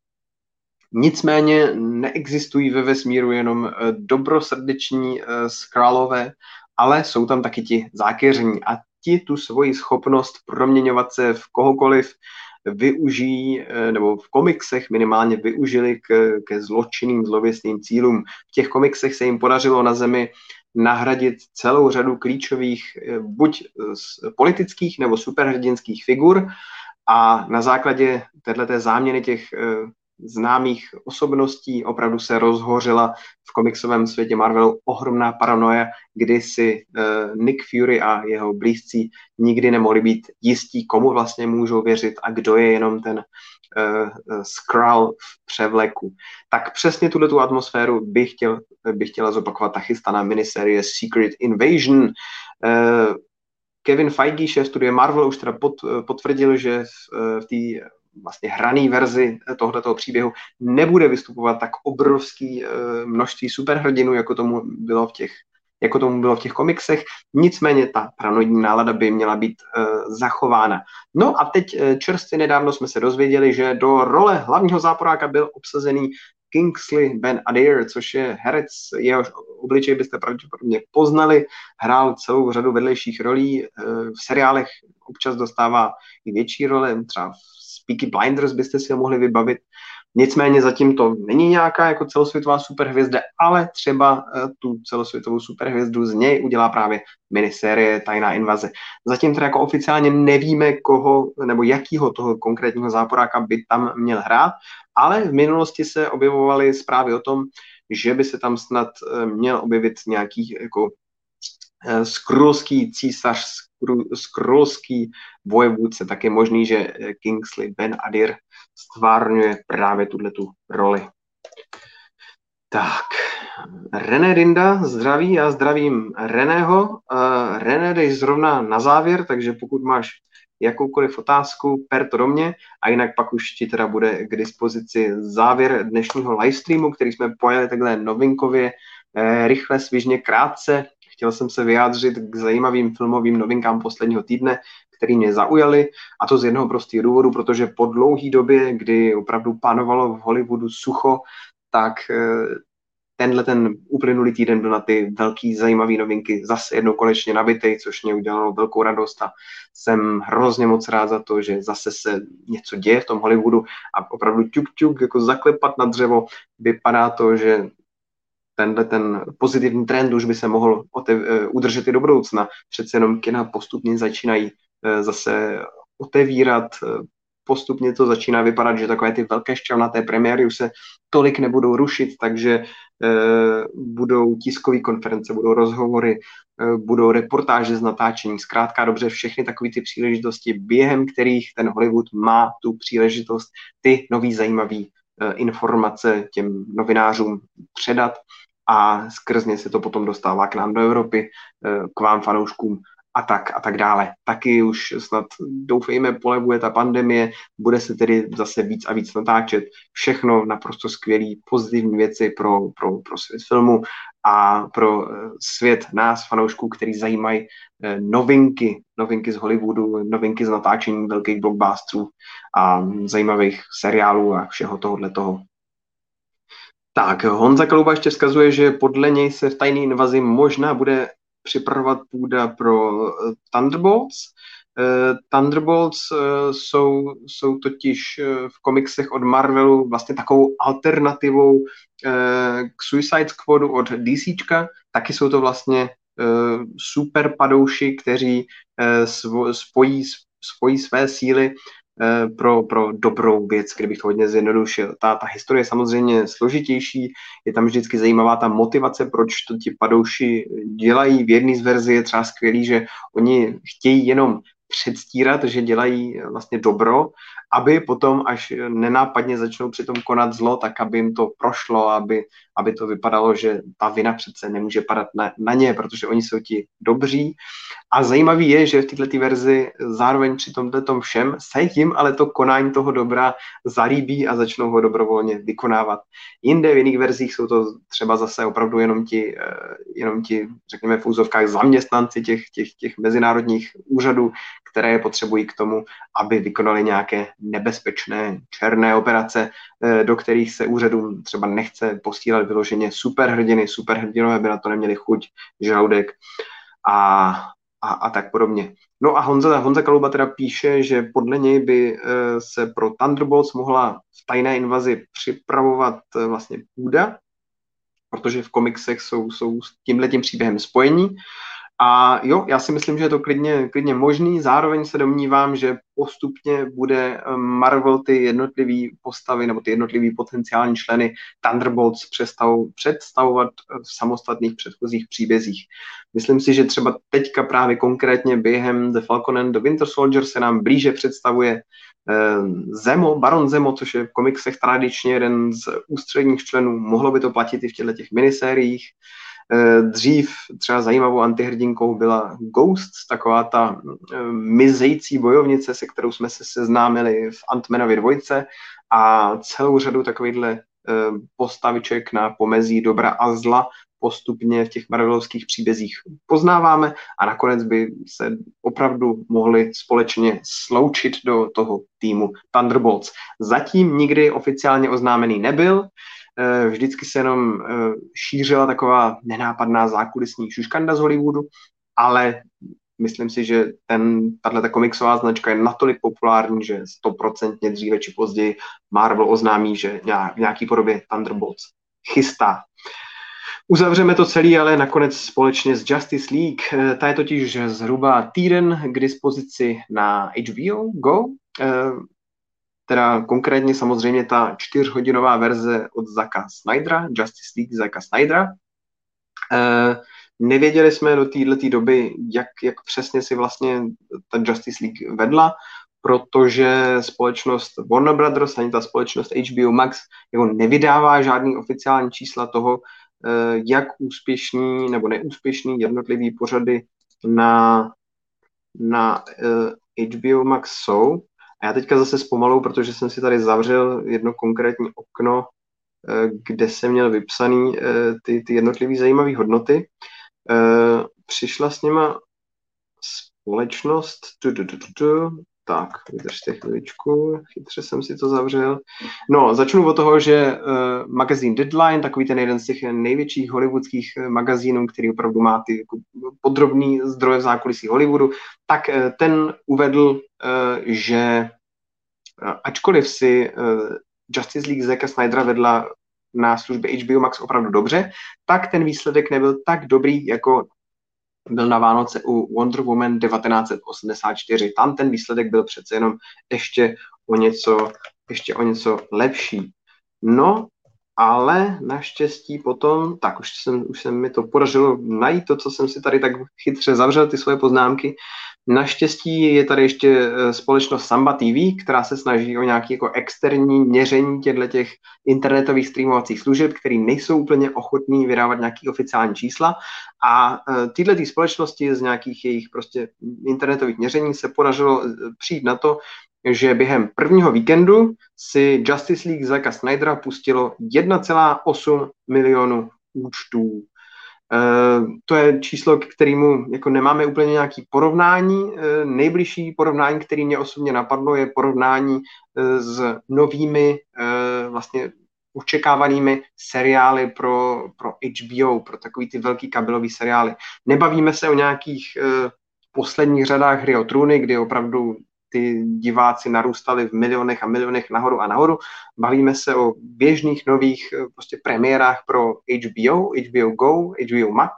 Nicméně neexistují ve vesmíru jenom dobrosrdeční Skrullové, ale jsou tam taky ti zákeřní a ti tu svoji schopnost proměňovat se v kohokoliv využijí, nebo v komiksech minimálně využili k, ke zločinným, zlověstným cílům. V těch komiksech se jim podařilo na Zemi nahradit celou řadu klíčových buď politických nebo superhrdinských figur, a na základě téhleté záměny těch známých osobností opravdu se rozhořela v komiksovém světě Marvelu ohromná paranoia, kdy si uh, Nick Fury a jeho blízcí nikdy nemohli být jistí, komu vlastně můžou věřit a kdo je jenom ten uh, Skrull v převleku. Tak přesně tuto atmosféru bych, chtěl, bych chtěla zopakovat ta chystaná miniserie Secret Invasion. Uh, Kevin Feige, šéf studie Marvel, už teda pot, potvrdil, že v, v té vlastně hraný verzi tohoto příběhu nebude vystupovat tak obrovský množství superhrdinů, jako tomu bylo v těch, jako tomu bylo v těch komiksech. Nicméně ta paranoidní nálada by měla být uh, zachována. No a teď čerstvě nedávno jsme se dozvěděli, že do role hlavního záporáka byl obsazený Kingsley Ben-Adir, což je herec, jehož obličej byste pravděpodobně poznali, hrál celou řadu vedlejších rolí, v seriálech občas dostává i větší role, třeba v Peaky Blinders byste si ho mohli vybavit. Nicméně zatím to není nějaká jako celosvětová superhvězda, ale třeba tu celosvětovou superhvězdu z něj udělá právě minisérie Tajná invaze. Zatím teda jako oficiálně nevíme, koho nebo jakýho toho konkrétního záporáka by tam měl hrát, ale v minulosti se objevovaly zprávy o tom, že by se tam snad měl objevit nějaký jako skrullský císař, skrullský vojevůdce, tak je možný, že Kingsley Ben-Adir stvárňuje právě tuhletu roli. Tak, René Rinda zdraví, já zdravím Reného. Uh, René, jdeš zrovna na závěr, takže pokud máš jakoukoliv otázku, per to do mě, a jinak pak už ti teda bude k dispozici závěr dnešního livestreamu, který jsme pojeli takhle novinkově, eh, rychle, svižně, krátce. Chtěl jsem se vyjádřit k zajímavým filmovým novinkám posledního týdne, které mě zaujaly, a to z jednoho prostého důvodu, protože po dlouhé době, kdy opravdu panovalo v Hollywoodu sucho, tak tenhle ten uplynulý týden byl na ty velký zajímavé novinky zase jednou konečně nabitej, což mě udělalo velkou radost a jsem hrozně moc rád za to, že zase se něco děje v tom Hollywoodu a opravdu ťuk ťuk, jako zaklepat na dřevo. Vypadá to, že tenhle ten pozitivní trend už by se mohl otev- udržet i do budoucna. Přece jenom kina postupně začínají zase otevírat, postupně to začíná vypadat, že takové ty velké šťavnaté premiéry už se tolik nebudou rušit, takže e, budou tiskové konference, budou rozhovory, e, budou reportáže z natáčení, zkrátka dobře všechny takové ty příležitosti, během kterých ten Hollywood má tu příležitost ty nový zajímavý e, informace těm novinářům předat a skrz ně se to potom dostává k nám do Evropy, e, k vám fanouškům a tak a tak dále. Taky už snad doufejme polevuje ta pandemie, bude se tedy zase víc a víc natáčet. Všechno naprosto skvělý, pozitivní věci pro, pro, pro svět filmu a pro svět nás, fanoušků, který zajímají novinky, novinky z Hollywoodu, novinky z natáčení velkých blockbusterů a zajímavých seriálů a všeho tohohle toho. Tak, Honza Kalouba ještě vzkazuje, že podle něj se v tajné invazi možná bude připravovat půda pro Thunderbolts. Thunderbolts jsou, jsou totiž v komiksech od Marvelu vlastně takovou alternativou k Suicide Squadu od DCčka. Taky jsou to vlastně super padouši, kteří spojí, spojí své síly pro, pro dobrou věc, kdybych to hodně zjednodušil. Ta, ta historie je samozřejmě složitější, je tam vždycky zajímavá ta motivace, proč to ti padouši dělají. V jedné z verzí je třeba skvělý, že oni chtějí jenom předstírat, že dělají vlastně dobro, aby potom, až nenápadně začnou přitom konat zlo, tak aby jim to prošlo, aby, aby to vypadalo, že ta vina přece nemůže padat na, na ně, protože oni jsou ti dobří. A zajímavý je, že v této verzi zároveň při tomto všem se jim ale to konání toho dobra zalíbí a začnou ho dobrovolně vykonávat. Jinde v jiných verzích jsou to třeba zase opravdu jenom ti, jenom ti řekněme v úzovkách zaměstnanci těch, těch, těch mezinárodních úřadů, které je potřebují k tomu, aby vykonali nějaké nebezpečné černé operace, do kterých se úřadům třeba nechce posílat vyloženě superhrdiny, superhrdinové by na to neměli chuť, žaludek a, a, a tak podobně. No a Honza, Honza Kalouba teda píše, že podle něj by se pro Thunderbolts mohla v tajné invazi připravovat vlastně půda, protože v komiksech jsou, jsou s tímhletím příběhem spojení. A jo, já si myslím, že je to klidně, klidně možný, zároveň se domnívám, že postupně bude Marvel ty jednotlivý postavy nebo ty jednotlivý potenciální členy Thunderbolts představovat v samostatných předchozích příbězích. Myslím si, že třeba teďka právě konkrétně během The Falcon and the Winter Soldier se nám blíže představuje Zemo, Baron Zemo, což je v komiksech tradičně jeden z ústředních členů, mohlo by to platit i v těchto těch minisériích. Dřív třeba zajímavou antihrdinkou byla Ghost, taková ta mizející bojovnice, se kterou jsme se seznámili v Ant-Manově dvojce a celou řadu takovýchhle postaviček na pomezí dobra a zla postupně v těch marvelovských příbězích poznáváme a nakonec by se opravdu mohli společně sloučit do toho týmu Thunderbolts. Zatím nikdy oficiálně oznámený nebyl, vždycky se jenom šířila taková nenápadná zákulisní šuškanda z Hollywoodu, ale myslím si, že ten, tato komiksová značka je natolik populární, že stoprocentně dříve či později Marvel oznámí, že v nějaký podobě Thunderbolts chystá. Uzavřeme to celý, ale nakonec společně s Justice League. Ta je totiž zhruba týden k dispozici na H B O Go, teda konkrétně samozřejmě ta čtyřhodinová verze od Zacka Snydera, Justice League Zacka Snydera. Nevěděli jsme do této doby, jak, jak přesně si vlastně ta Justice League vedla, protože společnost Warner Brothers, ani ta společnost H B O Max jako nevydává žádný oficiální čísla toho, jak úspěšný nebo neúspěšný jednotlivý pořady na, na H B O Max jsou. A já teďka zase zpomalu, protože jsem si tady zavřel jedno konkrétní okno, kde jsem měl vypsaný ty, ty jednotlivé zajímavé hodnoty. Přišla s nima společnost, tu, tu, tu, tu, tu. Tak, vydržte chviličku, chytře jsem si to zavřel. No, začnu od toho, že uh, magazín Deadline, takový ten jeden z těch největších hollywoodských magazínů, který opravdu má ty jako, podrobný zdroje v zákulisí Hollywoodu, tak uh, ten uvedl, uh, že uh, ačkoliv si uh, Justice League Zacka Snydera vedla na službě H B O Max opravdu dobře, tak ten výsledek nebyl tak dobrý, jako byl na Vánoce u Wonder Woman devatenáct osmdesát čtyři. Tam ten výsledek byl přece jenom ještě o něco, ještě o něco lepší. No, ale naštěstí potom, tak už, jsem, už se mi to podařilo najít to, co jsem si tady tak chytře zavřel, ty svoje poznámky. Naštěstí je tady ještě společnost Samba T V, která se snaží o nějaké jako externí měření těchto těch internetových streamovacích služeb, které nejsou úplně ochotní vydávat nějaké oficiální čísla. A tyhle ty společnosti z nějakých jejich prostě internetových měření se podařilo přijít na to, že během prvního víkendu si Justice League Zacka Snydera pustilo jedna celá osm milionu účtů. Uh, to je číslo, k kterému jako nemáme úplně nějaké porovnání. Uh, nejbližší porovnání, které mě osobně napadlo, je porovnání uh, s novými uh, vlastně očekávanými seriály pro, pro H B O, pro takový ty velký kabelový seriály. Nebavíme se o nějakých uh, posledních řadách Hry o trůny, kdy opravdu ty diváci narůstali v milionech a milionech nahoru a nahoru. Bavíme se o běžných nových prostě premiérách pro H B O, H B O Go, H B O Max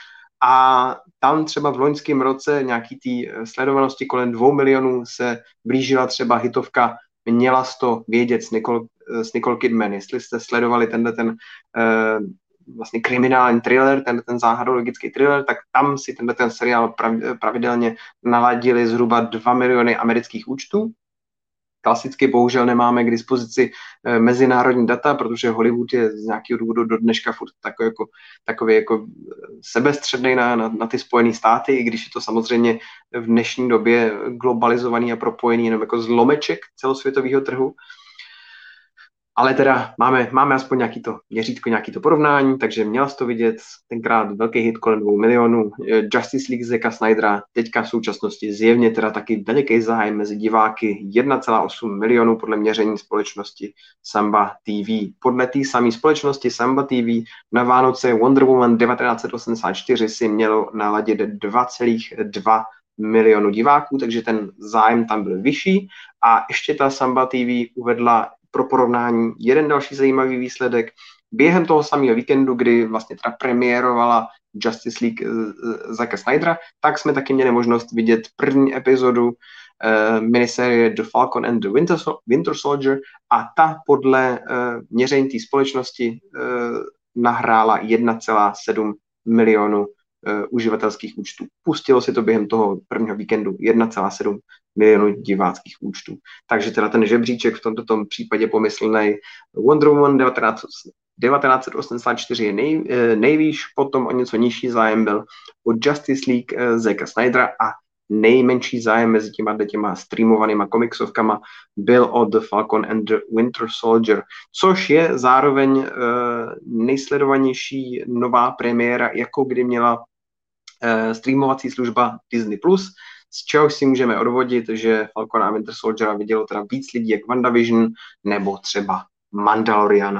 a tam třeba v loňském roce nějaký ty sledovanosti kolem dvou milionů se blížila třeba hitovka Měla jsi to vědět s Nicole, s Nicole Kidman. Jestli jste sledovali tenhle ten uh, vlastně kriminální thriller, ten, ten záhadologický thriller, tak tam si tenhle ten seriál pravidelně naladili zhruba dva miliony amerických účtů. Klasicky bohužel nemáme k dispozici mezinárodní data, protože Hollywood je z nějakého důvodu do dneška furt takový jako, takový jako sebestředný na, na, na ty Spojené státy, i když je to samozřejmě v dnešní době globalizovaný a propojený jenom jako zlomeček celosvětového trhu. Ale teda máme, máme aspoň nějaký to měřítko, nějaký to porovnání, takže měla jsi to vidět, tenkrát velký hit kolem dvou milionů, Justice League Zacka Snydera, teďka v současnosti zjevně teda taky veliký zájem mezi diváky, jedna celá osm milionů podle měření společnosti Samba T V. Podle té samé společnosti Samba T V na Vánoce Wonder Woman devatenáct set osmdesát čtyři si mělo naladit dva celá dva milionu diváků, takže ten zájem tam byl vyšší a ještě ta Samba T V uvedla pro porovnání jeden další zajímavý výsledek. Během toho samého víkendu, kdy vlastně teda premiérovala Justice League Zacka Snydera, tak jsme taky měli možnost vidět první epizodu uh, miniserie The Falcon and the Winter, so- Winter Soldier a ta podle uh, měření té společnosti uh, nahrála jedna celá sedm milionu uh, uživatelských účtů. Pustilo si to během toho prvního víkendu jedna celá sedm milionů diváckých účtů. Takže teda ten žebříček v tomto tom případě pomyslnej Wonder Woman devatenáct set osmdesát čtyři je nej, nejvýš, potom o něco nižší zájem byl o Justice League Zacka Snydera a nejmenší zájem mezi těma, těma streamovanýma komiksovkama byl o The Falcon and the Winter Soldier, což je zároveň uh, nejsledovanější nová premiéra, jako kdy měla uh, streamovací služba Disney plus, z čehož si můžeme odvodit, že Falcon a Winter Soldiera vidělo teda víc lidí jak WandaVision nebo třeba Mandaloriana.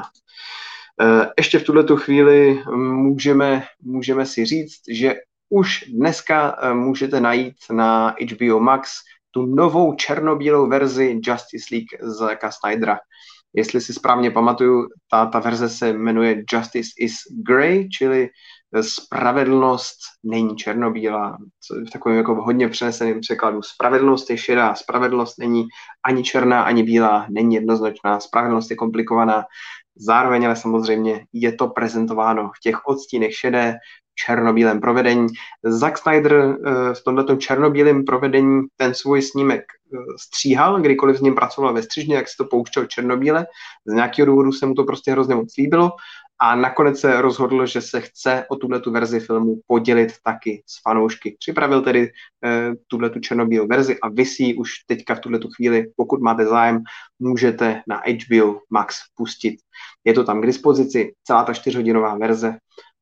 Ještě v tuhletu chvíli můžeme, můžeme si říct, že už dneska můžete najít na H B O Max tu novou černobílou verzi Justice League Zacka Snydera. Jestli si správně pamatuju, ta, ta verze se jmenuje Justice is Grey, čili spravedlnost není černobílá, v takovém jako hodně přeneseném překladu. Spravedlnost je šedá, spravedlnost není ani černá, ani bílá, není jednoznačná, spravedlnost je komplikovaná, zároveň ale samozřejmě je to prezentováno v těch odstínech šedé, černobílém provedení. Zack Snyder v tomto černobílém provedení ten svůj snímek stříhal, kdykoliv s ním pracoval ve střižně, jak se to pouštěl černobíle. Z nějakého důvodu se mu to prostě hrozně moc líbilo a nakonec se rozhodl, že se chce o tuhletu verzi filmu podělit taky s fanoušky. Připravil tedy eh, tuhletu černobílou verzi a vy si ji už teďka v tuhletu chvíli, pokud máte zájem, můžete na H B O Max pustit. Je to tam k dispozici, celá ta čtyřhodinová verze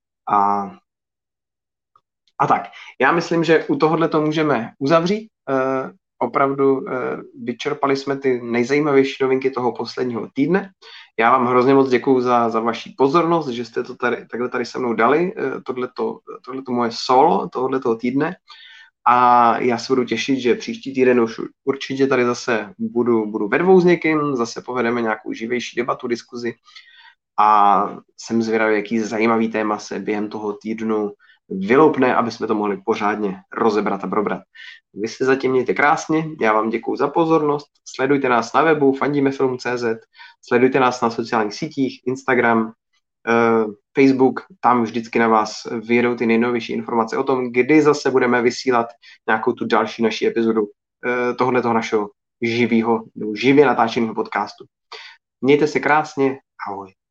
a A tak, já myslím, že u tohohle to můžeme uzavřít. Uh, opravdu uh, vyčerpali jsme ty nejzajímavější novinky toho posledního týdne. Já vám hrozně moc děkuju za, za vaši pozornost, že jste to tady, takhle tady se mnou dali, uh, tohleto, tohleto moje solo tohoto týdne. A já se budu těšit, že příští týden už určitě tady zase budu, budu ve dvou s někým, zase povedeme nějakou živější debatu, diskuzi. A jsem zvědavý, jaký zajímavý téma se během toho týdnu vyloupne, aby jsme to mohli pořádně rozebrat a probrat. Vy se zatím mějte krásně, já vám děkuju za pozornost, sledujte nás na webu fandimefilm tečka cé zet, sledujte nás na sociálních sítích, Instagram, Facebook, tam vždycky na vás vyjedou ty nejnovější informace o tom, kdy zase budeme vysílat nějakou tu další naší epizodu tohoto toho našeho živého, živě natáčeného podcastu. Mějte se krásně, ahoj.